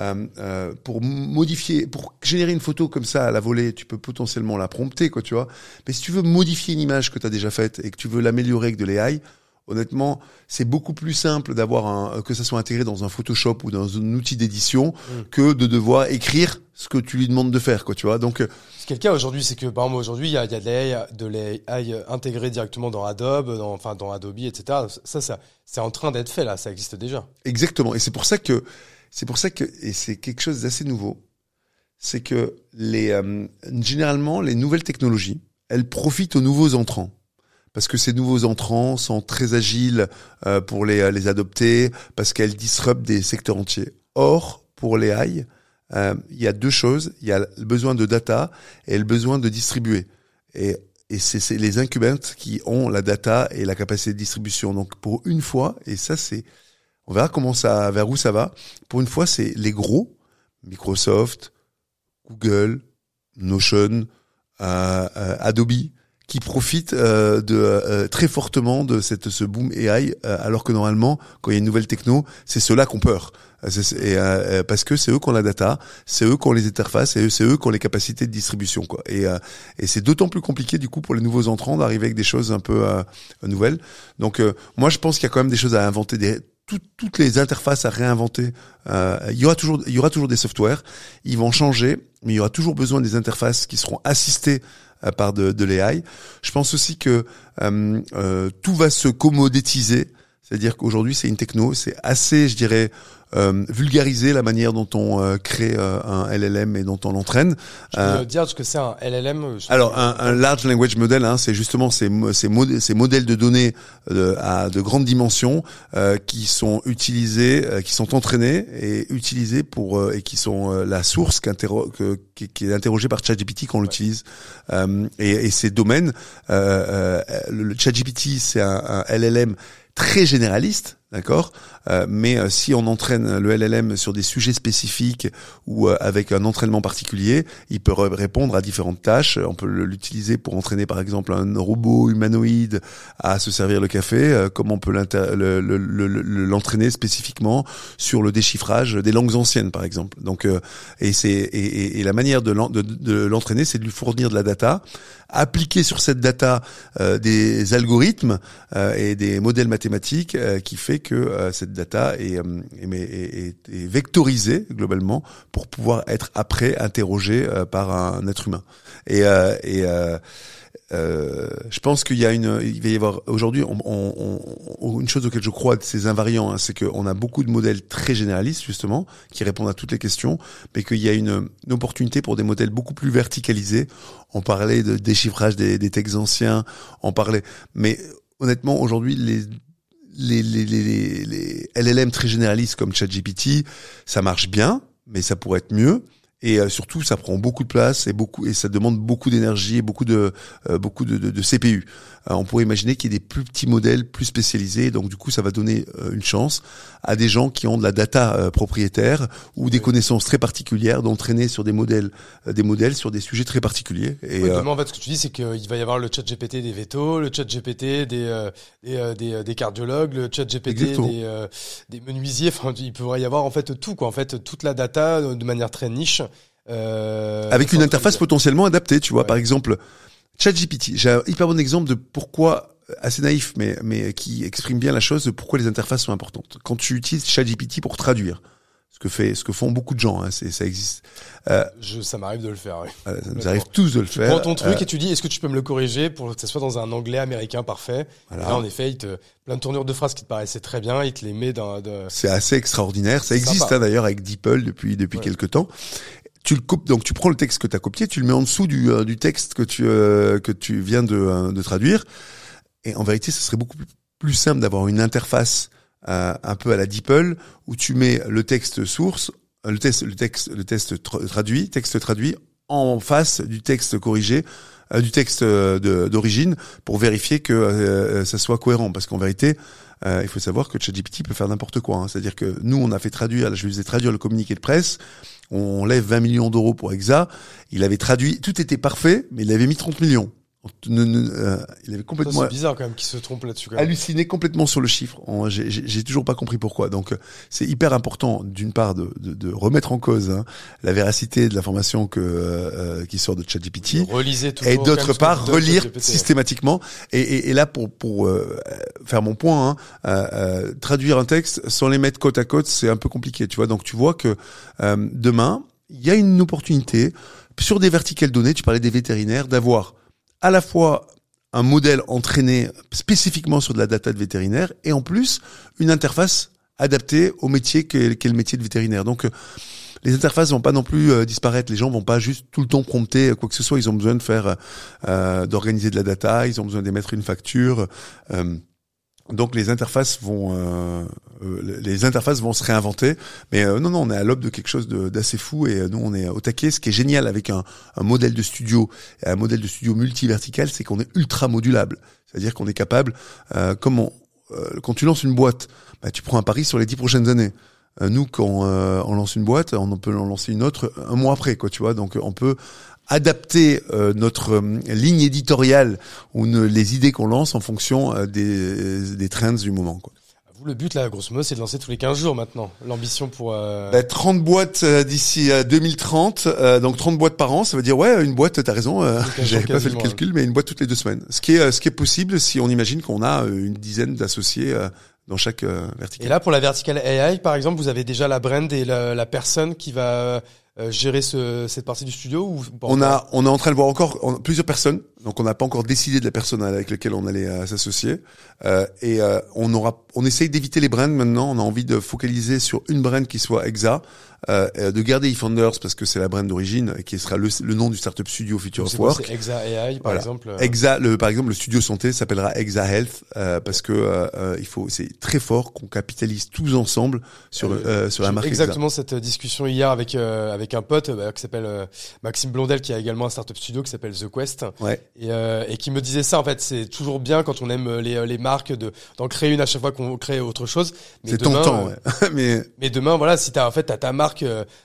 pour générer une photo comme ça à la volée, tu peux potentiellement la prompter, quoi, tu vois. Mais si tu veux modifier une image que tu as déjà faite et que tu veux l'améliorer avec de l'AI, honnêtement, c'est beaucoup plus simple que ça soit intégré dans un Photoshop ou dans un outil d'édition que de devoir écrire ce que tu lui demandes de faire, quoi, tu vois. Donc, ce qui est le cas aujourd'hui, c'est que par exemple aujourd'hui, il y a de l'AI intégré directement dans Adobe, dans Adobe, etc. Ça, c'est en train d'être fait là, ça existe déjà. Exactement. Et c'est pour ça que, et c'est quelque chose d'assez nouveau, c'est que généralement, les nouvelles technologies, elles profitent aux nouveaux entrants. Parce que ces nouveaux entrants sont très agiles pour les adopter, parce qu'elles disruptent des secteurs entiers. Or, pour l'AI, il y a deux choses. Il y a le besoin de data et le besoin de distribuer. Et c'est les incubantes qui ont la data et la capacité de distribution. Donc, pour une fois, et ça on verra vers où ça va. Pour une fois, c'est les gros, Microsoft, Google, Notion, Adobe, qui profitent très fortement de ce boom AI, alors que normalement, quand il y a une nouvelle techno, c'est ceux-là qui ont peur. Parce que c'est eux qui ont la data, c'est eux qui ont les interfaces, et c'est eux qui ont les capacités de distribution, quoi. Et c'est d'autant plus compliqué du coup pour les nouveaux entrants d'arriver avec des choses un peu nouvelles. Donc moi je pense qu'il y a quand même des choses à inventer, toutes les interfaces à réinventer. Il y aura toujours des softwares, ils vont changer, mais il y aura toujours besoin des interfaces qui seront assistées par de l'AI. Je pense aussi que tout va se commoditiser, c'est-à-dire qu'aujourd'hui c'est une techno, c'est assez, je dirais, vulgariser la manière dont on crée un LLM et dont on l'entraîne. Je peux dire ce que c'est un LLM. Alors un large language model, hein, c'est justement ces modèles de données à de grandes dimensions qui sont utilisés, qui sont entraînés et utilisés et qui sont la source qui est interrogée par ChatGPT quand on l'utilise. Et ces domaines, le ChatGPT c'est un LLM très généraliste, d'accord, mais si on entraîne le LLM sur des sujets spécifiques ou avec un entraînement particulier, il peut répondre à différentes tâches. On peut l'utiliser pour entraîner par exemple un robot humanoïde à se servir le café, comme on peut l'entraîner spécifiquement sur le déchiffrage des langues anciennes par exemple. Donc et la manière de l'entraîner, c'est de lui fournir de la data, appliquer sur cette data des algorithmes et des modèles mathématiques qui fait que cette data est vectorisée globalement pour pouvoir être après interrogée par un être humain. je pense il va y avoir aujourd'hui une chose auquel je crois de ces invariants, hein, c'est qu'on a beaucoup de modèles très généralistes justement qui répondent à toutes les questions, mais qu'il y a une opportunité pour des modèles beaucoup plus verticalisés. On parlait de déchiffrage des textes anciens, mais honnêtement aujourd'hui les LLM très généralistes comme ChatGPT, ça marche bien, mais ça pourrait être mieux. Et surtout, ça prend beaucoup de place et ça demande beaucoup d'énergie et beaucoup de CPU. On pourrait imaginer qu'il y ait des plus petits modèles, plus spécialisés. Donc du coup, ça va donner une chance à des gens qui ont de la data propriétaire ou des connaissances très particulières d'entraîner sur des modèles sur des sujets très particuliers. Et demain, en fait, ce que tu dis, c'est qu'il va y avoir le ChatGPT des vétos, le ChatGPT des cardiologues, le ChatGPT des menuisiers. Enfin, il pourrait y avoir en fait tout, quoi. En fait, toute la data de manière très niche. Avec une interface potentiellement adaptée, tu vois. Par exemple, ChatGPT. J'ai un hyper bon exemple de pourquoi, assez naïf, mais qui exprime bien la chose de pourquoi les interfaces sont importantes. Quand tu utilises ChatGPT pour traduire, ce que font beaucoup de gens, hein, ça existe. Ça m'arrive de le faire, oui. Ça nous arrive tous de le faire. Tu prends ton truc et tu dis, est-ce que tu peux me le corriger pour que ça soit dans un anglais américain parfait? Voilà. Là, en effet, plein de tournures de phrases qui te paraissaient très bien, il te les met C'est assez extraordinaire. Ça existe, hein, d'ailleurs, avec DeepL depuis quelques temps. Tu le copies, donc tu prends le texte que tu as copié, tu le mets en dessous du texte que tu viens de traduire. Et en vérité, ce serait beaucoup plus simple d'avoir une interface un peu à la DeepL où tu mets le texte source, le texte traduit en face du texte corrigé, du texte d'origine pour vérifier que ça soit cohérent. Parce qu'en vérité, il faut savoir que ChatGPT peut faire n'importe quoi, hein. C'est-à-dire que nous, on a fait traduire, je lui faisais traduire le communiqué de presse. On lève 20 millions d'euros pour Exa. Il avait traduit, tout était parfait, mais il avait mis 30 millions. Il avait complètement. C'est bizarre quand même qu'il se trompe là-dessus. Halluciné complètement sur le chiffre. J'ai toujours pas compris pourquoi. Donc c'est hyper important d'une part de remettre en cause, hein, la véracité de l'information qui sort de ChatGPT. Relisez toujours. Et d'autre part relire systématiquement. Et là pour faire mon point, hein, traduire un texte sans les mettre côte à côte, c'est un peu compliqué. Tu vois. Donc tu vois que demain il y a une opportunité sur des verticales données. Tu parlais des vétérinaires d'avoir à la fois un modèle entraîné spécifiquement sur de la data de vétérinaire et en plus une interface adaptée au métier qu'est le métier de vétérinaire. Donc les interfaces vont pas non plus disparaître. Les gens vont pas juste tout le temps prompter quoi que ce soit. Ils ont besoin de faire d'organiser de la data. Ils ont besoin d'émettre une facture. Donc les interfaces vont se réinventer, mais non, on est à l'aube de quelque chose d'assez fou et nous on est au taquet. Ce qui est génial avec un modèle de studio, un modèle de studio multivertical, c'est qu'on est ultra modulable. C'est-à-dire qu'on est capable, quand tu lances une boîte, tu prends un pari sur les 10 prochaines années. Nous, quand on lance une boîte, on peut en lancer une autre un mois après, quoi, tu vois. Donc on peut adapter notre ligne éditoriale ou les idées qu'on lance en fonction des trends du moment, quoi. Vous, le but là, grosso modo, c'est de lancer tous les 15 jours maintenant. L'ambition pour 30 boîtes d'ici 2030, donc 30 boîtes par an, ça veut dire une boîte, t'as raison, j'avais pas fait le calcul, mais une boîte toutes les 2 semaines. Ce qui est possible si on imagine qu'on a une dizaine d'associés dans chaque verticale. Et là, pour la verticale AI, par exemple, vous avez déjà la brand et la personne qui va gérer cette partie du studio ou on est en train de voir encore plusieurs personnes, donc on n'a pas encore décidé de la personne avec laquelle on allait s'associer, et on essaye d'éviter les brands maintenant. On a envie de focaliser sur une brand qui soit Exa, de garder eFounders parce que c'est la brand d'origine et qui sera le nom du startup studio Future of Work. C'est Exa AI par exemple. Exa, par exemple le studio santé s'appellera Exa Health parce que c'est très fort qu'on capitalise tous ensemble sur la marque Exa. Exactement cette discussion hier avec un pote qui s'appelle Maxime Blondel, qui a également un startup studio qui s'appelle The Quest, et qui me disait ça. En fait, c'est toujours bien quand on aime les marques d'en créer une à chaque fois qu'on crée autre chose. Mais c'est tentant, ouais. mais demain, voilà, si t'as ta marque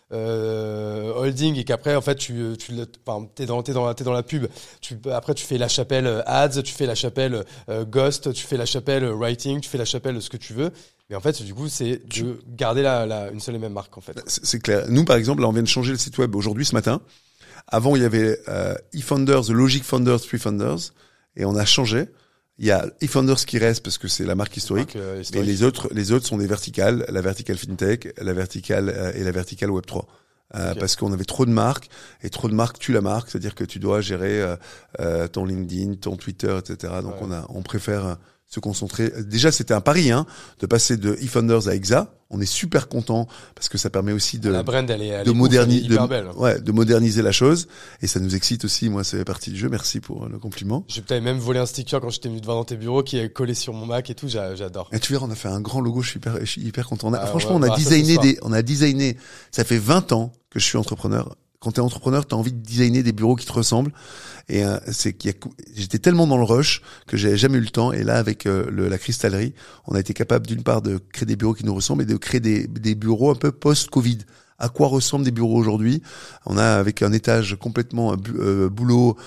holding et qu'après en fait t'es dans la pub, après tu fais la chapelle ads, tu fais la chapelle ghost, tu fais la chapelle writing, tu fais la chapelle ce que tu veux. Mais en fait, du coup, c'est de garder une seule et même marque, en fait. C'est clair. Nous, par exemple, là, on vient de changer le site web aujourd'hui, ce matin. Avant, il y avait eFounders, Logic Founders, PreFounders, et on a changé. Il y a eFounders qui reste parce que c'est la marque historique, mais les autres sont des verticales, la verticale FinTech, la verticale et la verticale Web3. Parce qu'on avait trop de marques, et trop de marques tue la marque, c'est-à-dire que tu dois gérer ton LinkedIn, ton Twitter, etc. Donc on préfère se concentrer. Déjà, c'était un pari, de passer de eFounders à Exa. On est super content parce que ça permet aussi de la brand, elle est hyper belle. De moderniser la chose, et ça nous excite aussi. Moi, ça fait partie du jeu. Merci pour le compliment. J'ai peut-être même volé un sticker quand j'étais venu te voir dans tes bureaux qui est collé sur mon Mac et tout. J'adore. Et tu verras, on a fait un grand logo. Je suis hyper content. Franchement, on a designé. Ça fait 20 ans que je suis entrepreneur. Quand t'es entrepreneur, t'as envie de designer des bureaux qui te ressemblent. Et j'étais tellement dans le rush que j'avais jamais eu le temps. Et là, avec la cristallerie, on a été capable d'une part de créer des bureaux qui nous ressemblent et de créer des bureaux un peu post-Covid. À quoi ressemblent des bureaux aujourd'hui? On a avec un étage complètement boulot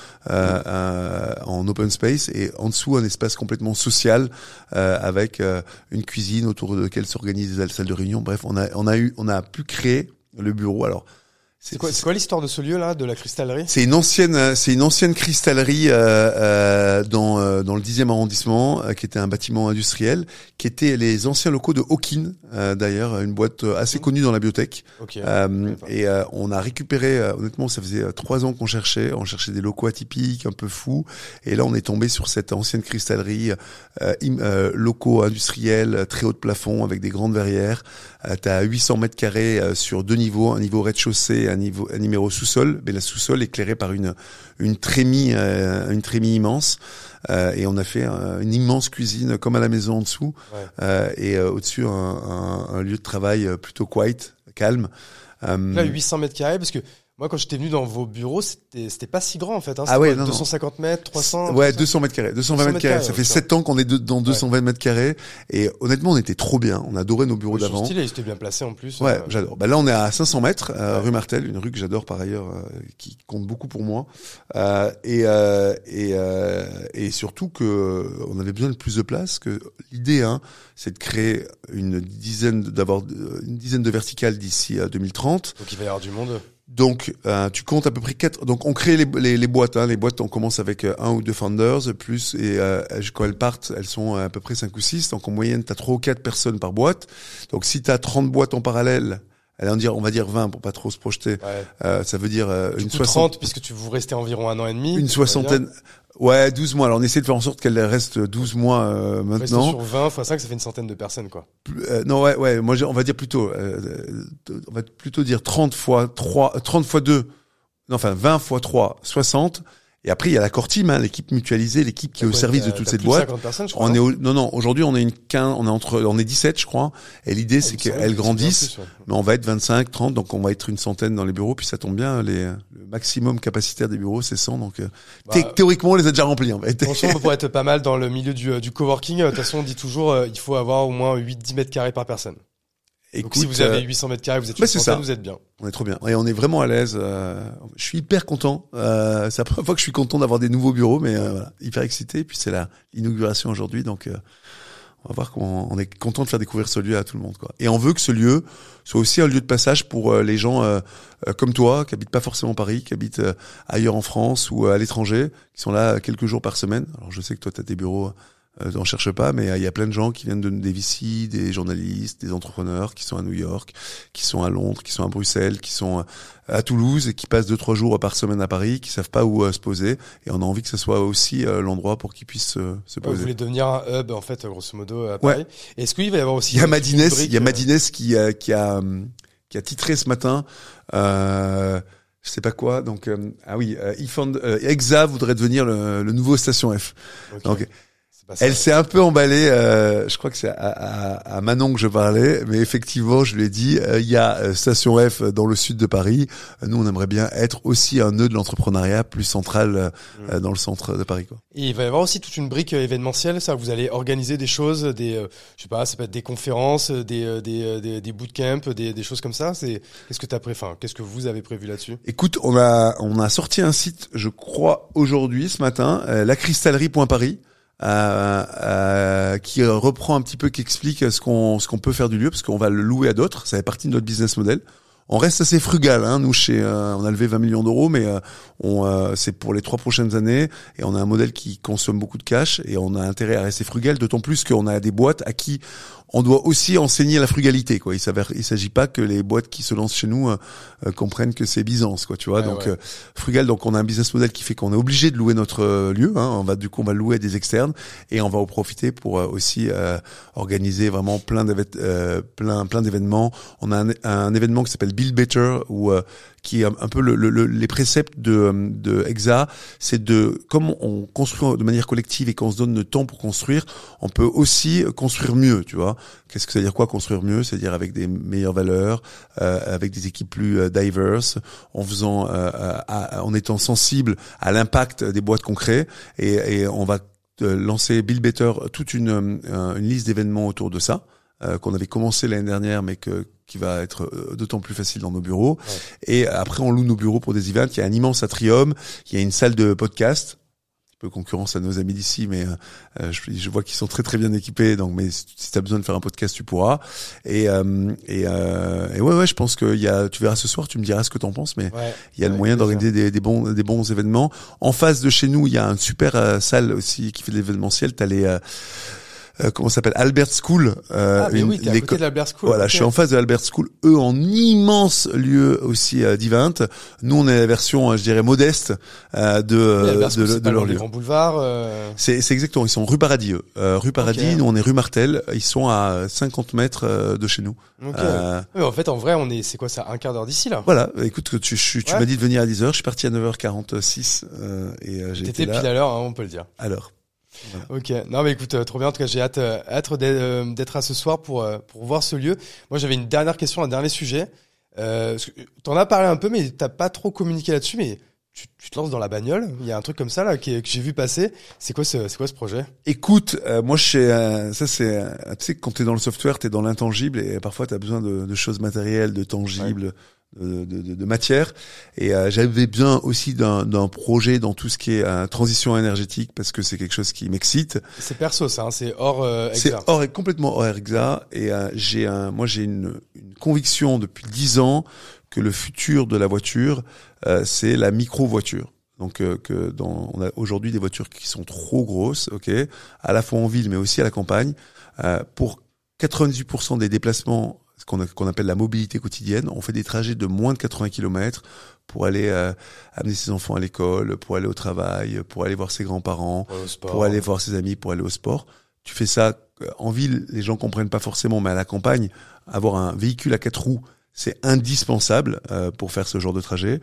en open space, et en dessous un espace complètement social avec une cuisine autour de laquelle s'organisent des salles de réunion. Bref, on a pu créer le bureau. Alors, c'est quoi l'histoire de ce lieu-là, de la cristallerie? C'est une ancienne cristallerie dans le 10e arrondissement, qui était un bâtiment industriel, qui était les anciens locaux de Hawkin, d'ailleurs, une boîte assez connue dans la biotech. Okay. On a récupéré, honnêtement, ça faisait 3 ans qu'on cherchait. On cherchait des locaux atypiques, un peu fous, et là on est tombé sur cette ancienne cristallerie, locaux industriels, très haut de plafond avec des grandes verrières. T'as 800 mètres carrés sur 2 niveaux, un niveau rez-de-chaussée, un numéro sous-sol, mais la sous-sol éclairée par une trémie immense. Et on a fait une immense cuisine comme à la maison en dessous, et au-dessus un lieu de travail plutôt quiet, calme. Là, 800 mètres carrés, parce que moi, quand j'étais venu dans vos bureaux, c'était pas si grand, en fait. Ah ouais, 250 mètres, 300. Ouais, 200 mètres carrés, 220 mètres carrés. Ça fait 7 ans qu'on est dans 220 mètres carrés. Et honnêtement, on était trop bien. On adorait nos bureaux d'avant. Stylé, ils étaient bien placés en plus. Ouais, j'adore. Là, on est à 500 mètres, rue Martel, une rue que j'adore par ailleurs, qui compte beaucoup pour moi. Et surtout que on avait besoin de plus de place, que l'idée, c'est de créer d'avoir une dizaine de verticales d'ici à 2030. Donc il va y avoir du monde. Donc, tu comptes à peu près 4. Donc, on crée les boîtes. Les boîtes, on commence avec 1 ou 2 founders, plus, et quand elles partent, elles sont à peu près 5 ou 6. Donc, en moyenne, t'as 3 ou 4 personnes par boîte. Donc, si t'as 30 boîtes en parallèle, on va dire 20 pour pas trop se projeter. Ouais. Ça veut dire une 30, puisque vous restez environ 1 an et demi. Une soixantaine. Ouais, 12 mois. Alors, on essaie de faire en sorte qu'elle reste 12 mois maintenant. Sur 20 x 5, ça fait une centaine de personnes, quoi. Non, ouais. Moi, on va dire plutôt, on va plutôt dire 30 fois 3, 30 fois 2. Non, enfin, 20 fois 3, 60. Et après, il y a la core team, l'équipe mutualisée, l'équipe qui est au service de toute cette boîte. 50 personnes, je crois. Aujourd'hui, on est 17, je crois. Et l'idée, c'est qu'elles grandissent. Mais on va être 25, 30, donc on va être une centaine dans les bureaux. Puis ça tombe bien, le maximum capacitaire des bureaux, c'est 100. Donc, théoriquement, on les a déjà remplis, en fait. Franchement, on pourrait être pas mal dans le milieu du coworking. De toute façon, on dit toujours, il faut avoir au moins 8-10 mètres carrés par personne. Donc si vous avez 800 mètres carrés, vous êtes une centaine, vous êtes bien. On est trop bien. Et on est vraiment à l'aise. Je suis hyper content. C'est la première fois que je suis content d'avoir des nouveaux bureaux, mais voilà, hyper excité. Et puis c'est l'inauguration aujourd'hui, donc on va voir comment on est content de faire découvrir ce lieu à tout le monde, quoi. Et on veut que ce lieu soit aussi un lieu de passage pour les gens comme toi, qui habitent pas forcément Paris, qui habitent ailleurs en France ou à l'étranger, qui sont là quelques jours par semaine. Alors je sais que toi t'as tes bureaux. On cherche pas, mais il y a plein de gens qui viennent des VC, des journalistes, des entrepreneurs qui sont à New York, qui sont à Londres, qui sont à Bruxelles, qui sont à Toulouse et qui passent 2-3 jours par semaine à Paris, qui savent pas où se poser. Et on a envie que ce soit aussi l'endroit pour qu'ils puissent se poser. Vous voulez devenir un hub, en fait, grosso modo, à Paris. Ouais. Est-ce qu'il va y avoir aussi... Il y a Madines qui a titré ce matin, je sais pas quoi. Donc, Exa voudrait devenir le nouveau Station F. Okay. Donc, elle s'est un peu emballée, je crois que c'est à Manon que je parlais, mais effectivement, je lui ai dit, il y a Station F dans le sud de Paris. Nous, on aimerait bien être aussi un nœud de l'entrepreneuriat plus central dans le centre de Paris, quoi. Et il va y avoir aussi toute une brique événementielle, ça, vous allez organiser des choses, je sais pas, ça peut être des conférences, des bootcamps, des choses comme ça. Qu'est-ce que vous avez prévu là-dessus? Écoute, on a sorti un site, je crois, aujourd'hui, ce matin, lacristallerie.paris. Qui reprend un petit peu, qui explique ce qu'on peut faire du lieu, parce qu'on va le louer à d'autres. Ça fait partie de notre business model. On reste assez frugal, nous on a levé 20 millions d'euros, mais c'est pour les 3 prochaines années, et on a un modèle qui consomme beaucoup de cash, et on a intérêt à rester frugal, d'autant plus qu'on a des boîtes à qui on doit aussi enseigner la frugalité, quoi. Il s'agit pas que les boîtes qui se lancent chez nous comprennent que c'est Byzance, quoi, tu vois. Donc frugal, donc on a un business model qui fait qu'on est obligé de louer notre lieu, hein. On va louer à des externes et on va en profiter pour aussi organiser vraiment plein d'événements. On a un événement qui s'appelle Build Better qui est un peu les préceptes de Exa, c'est comme on construit de manière collective et qu'on se donne le temps pour construire, on peut aussi construire mieux, tu vois. Qu'est-ce que ça veut dire, quoi construire mieux? C'est-à-dire avec des meilleures valeurs, avec des équipes plus diverses, en étant sensible à l'impact des boîtes qu'on crée, et on va lancer Build Better, toute une liste d'événements autour de ça, qu'on avait commencé l'année dernière, mais qui va être d'autant plus facile dans nos bureaux. Ouais. Et après, on loue nos bureaux pour des events. Il y a un immense atrium, il y a une salle de podcast, un peu concurrence à nos amis d'ici, mais je vois qu'ils sont très très bien équipés. Donc, mais si tu as besoin de faire un podcast, tu pourras. Et ouais, je pense que tu verras ce soir, tu me diras ce que t'en penses, mais il y a le moyen d'organiser des bons événements. En face de chez nous, il y a une super salle aussi qui fait de l'événementiel. T'as les comment ça s'appelle, Albert School. Mais oui, t'es à côté de l'Albert School. Voilà, okay. Je suis en face de l'Albert School. Eux, en immense lieu aussi d'event. Nous, on est la version, je dirais, modeste de leur lieu. Grand boulevard. C'est exactement. Ils sont rue Paradis. Rue Paradis. Okay. Nous, on est rue Martel. Ils sont à 50 mètres de chez nous. Okay. Oui, en fait, en vrai, c'est quoi ça, un quart d'heure d'ici là. Voilà. Écoute, tu m'as dit de venir à 10h. Je suis parti à 9h46 et j'ai été là. T'étais pile à l'heure, hein, on peut le dire. À l'heure. Voilà. Ok, non mais écoute, trop bien. En tout cas, j'ai hâte d'être à ce soir pour voir ce lieu. Moi, j'avais une dernière question, un dernier sujet. T'en as parlé un peu, mais t'as pas trop communiqué là-dessus. Mais tu te lances dans la bagnole. Il y a un truc comme ça là que j'ai vu passer. C'est quoi ce projet? Écoute, moi tu sais, quand t'es dans le software, t'es dans l'intangible et parfois t'as besoin de choses matérielles, de tangibles. Ouais. De matière, et j'avais besoin aussi d'un projet dans tout ce qui est transition énergétique, parce que c'est quelque chose qui m'excite. C'est perso ça, hein, c'est hors Exa. C'est complètement hors Exa, et j'ai une conviction depuis 10 ans que le futur de la voiture, c'est la micro-voiture. Donc on a aujourd'hui des voitures qui sont trop grosses, ok, à la fois en ville mais aussi à la campagne. Pour 98% des déplacements, ce qu'on appelle la mobilité quotidienne, on fait des trajets de moins de 80 km pour aller amener ses enfants à l'école, pour aller au travail, pour aller voir ses grands-parents, pour aller voir ses amis, pour aller au sport. Tu fais ça en ville, les gens comprennent pas forcément, mais à la campagne, avoir un véhicule à 4 roues, c'est indispensable pour faire ce genre de trajet.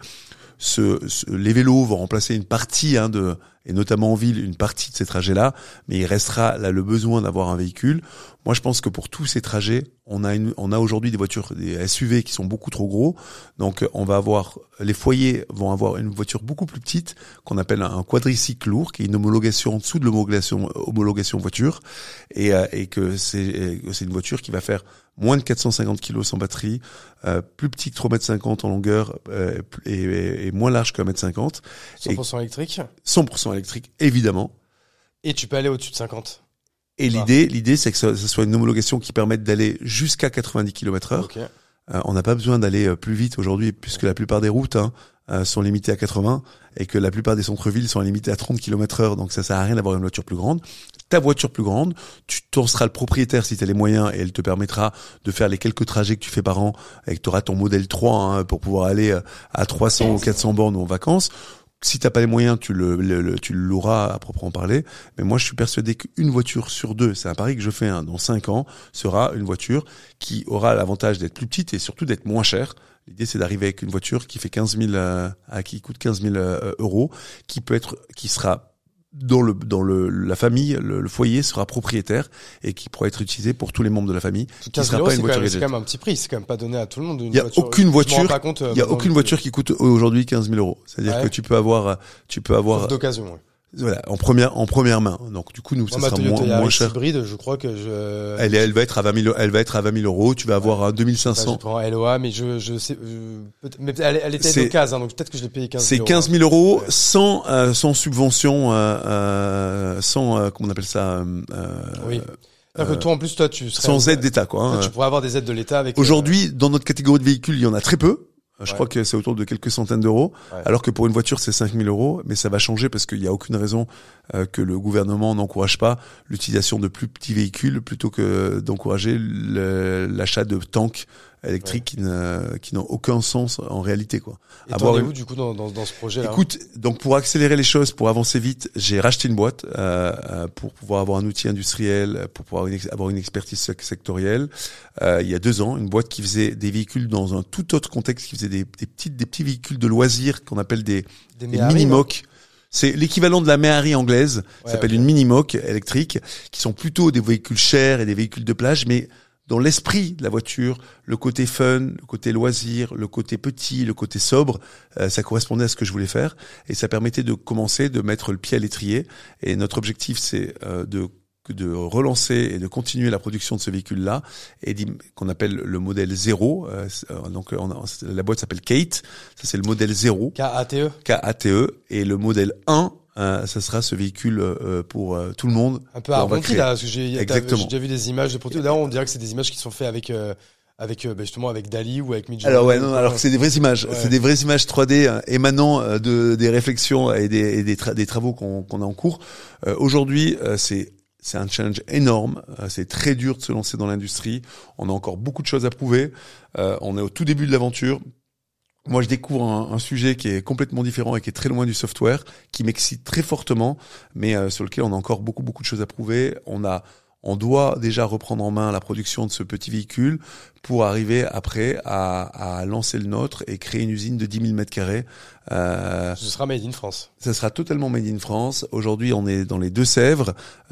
Les vélos vont remplacer une partie et notamment en ville, une partie de ces trajets-là, mais il restera là le besoin d'avoir un véhicule. Moi, je pense que pour tous ces trajets, on a aujourd'hui des voitures, des SUV qui sont beaucoup trop gros. Donc, les foyers vont avoir une voiture beaucoup plus petite, qu'on appelle un quadricycle lourd, qui est une homologation en dessous de homologation voiture, et que c'est une voiture qui va faire moins de 450 kg sans batterie, plus petit que 3,50 m en longueur, et moins large que 1,50 m. 100% électrique? 100% électrique, évidemment. Et tu peux aller au-dessus de 50? Et l'idée, c'est que ça soit une homologation qui permette d'aller jusqu'à 90 km/h. Okay. On n'a pas besoin d'aller plus vite aujourd'hui, puisque la plupart des routes sont limitées à 80, et que la plupart des centres-villes sont limitées à 30 km/h. Donc ça sert à rien d'avoir une voiture plus grande. Ta voiture plus grande, tu t'en seras le propriétaire si tu as les moyens, et elle te permettra de faire les quelques trajets que tu fais par an, et que tu auras ton modèle 3 pour pouvoir aller à 300 ou 400 bornes ou en vacances. Si t'as pas les moyens, tu l'auras à proprement parler. Mais moi, je suis persuadé qu'une voiture sur deux, c'est un pari que je fais, dans 5 ans, sera une voiture qui aura l'avantage d'être plus petite et surtout d'être moins chère. L'idée, c'est d'arriver avec une voiture qui fait qui coûte 15 000 euros, qui sera la famille, le foyer sera propriétaire et qui pourra être utilisé pour tous les membres de la famille. 15 000 euros, c'est quand même un petit prix, c'est quand même pas donné à tout le monde. Il y a aucune voiture qui coûte aujourd'hui 15 000 euros. C'est-à-dire que tu peux avoir d'occasion. Ouais. Voilà, en première main. Donc du coup, nous, ça sera moins cher. Hybride, je crois que elle va être à 20 000. Elle va être à 20 000 euros. Tu vas avoir un 2500. Je prends LOA, mais je sais, mais elle était d'occasion, donc peut-être que je l'ai payé 15 000 euros. C'est 15 000 euros sans subvention, sans comment on appelle ça. Oui. Que toi, en plus, tu serais sans aide d'État, quoi. Tu pourrais avoir des aides de l'État avec. Aujourd'hui, dans notre catégorie de véhicules, il y en a très peu. Je crois que c'est autour de quelques centaines d'euros, alors que pour une voiture, c'est 5 000 euros. Mais ça va changer parce qu'il n'y a aucune raison que le gouvernement n'encourage pas l'utilisation de plus petits véhicules plutôt que d'encourager l'achat de tanks électriques qui n'ont aucun sens en réalité, quoi. Et t'en es où, du coup, dans ce projet-là? Écoute, donc pour accélérer les choses, pour avancer vite, j'ai racheté une boîte pour pouvoir avoir un outil industriel, pour pouvoir avoir une expertise sectorielle. Il y a 2 ans, une boîte qui faisait des véhicules dans un tout autre contexte, qui faisait des petits véhicules de loisirs qu'on appelle des mini-mocs. C'est l'équivalent de la Méhari anglaise, ça s'appelle une mini-moc électrique, qui sont plutôt des véhicules chers et des véhicules de plage, mais dans l'esprit de la voiture, le côté fun, le côté loisir, le côté petit, le côté sobre, ça correspondait à ce que je voulais faire et ça permettait de commencer, de mettre le pied à l'étrier. Et notre objectif, c'est de relancer et de continuer la production de ce véhicule-là et qu'on appelle le modèle 0. Donc la boîte s'appelle Kate, ça c'est le modèle 0. K-A-T-E. K-A-T-E et le modèle 1. Ça sera ce véhicule pour tout le monde. Un peu arrondi là, parce que j'ai déjà vu des images de prototypes. D'ailleurs, on dirait que c'est des images qui sont faites avec justement avec Dali ou avec Midjourney. Alors alors c'est des vraies images, c'est des vraies images 3D émanant des réflexions et des travaux qu'on a en cours. Aujourd'hui, c'est un challenge énorme, c'est très dur de se lancer dans l'industrie. On a encore beaucoup de choses à prouver. On est au tout début de l'aventure. Moi, je découvre un sujet qui est complètement différent et qui est très loin du software, qui m'excite très fortement, mais sur lequel on a encore beaucoup de choses à prouver. On doit déjà reprendre en main la production de ce petit véhicule pour arriver après à lancer le nôtre et créer une usine de 10 000 mètres carrés. Ce sera made in France. Ça sera totalement made in France. Aujourd'hui, on est dans les Deux-Sèvres.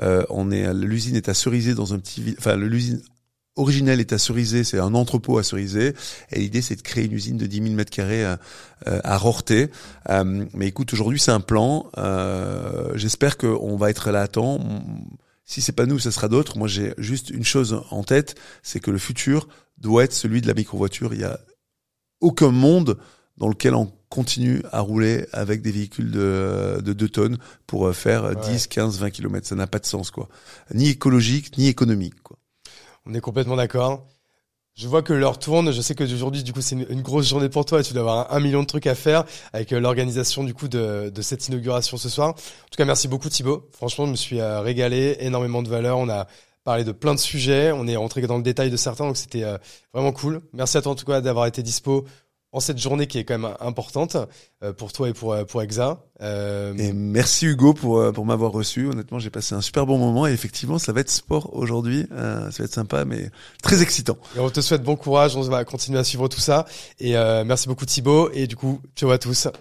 L'usine est à Cerisay dans un l'usine originelle est à Cerisay, c'est un entrepôt à Cerisay, et l'idée c'est de créer une usine de 10 000 mètres carrés à Rorthais. Mais écoute, aujourd'hui c'est un plan. J'espère qu'on va être là à temps. Si c'est pas nous, ça sera d'autres. Moi, j'ai juste une chose en tête, c'est que le futur doit être celui de la micro-voiture. Il y a aucun monde dans lequel on continue à rouler avec des véhicules de 2 tonnes pour faire 10, 15, 20 kilomètres. Ça n'a pas de sens, quoi. Ni écologique, ni économique, quoi. On est complètement d'accord. Je vois que l'heure tourne. Je sais que aujourd'hui, du coup, c'est une grosse journée pour toi et tu dois avoir 1 million de trucs à faire avec l'organisation, du coup, de cette inauguration ce soir. En tout cas, merci beaucoup, Thibaut. Franchement, je me suis régalé. Énormément de valeur. On a parlé de plein de sujets. On est rentré dans le détail de certains. Donc, c'était vraiment cool. Merci à toi, en tout cas, d'avoir été dispo en cette journée qui est quand même importante pour toi et pour Exa. Et merci Hugo pour m'avoir reçu. Honnêtement, j'ai passé un super bon moment et effectivement, ça va être sport aujourd'hui. Ça va être sympa, mais très excitant. Et on te souhaite bon courage. On va continuer à suivre tout ça. Et merci beaucoup Thibaut. Et du coup, ciao à tous.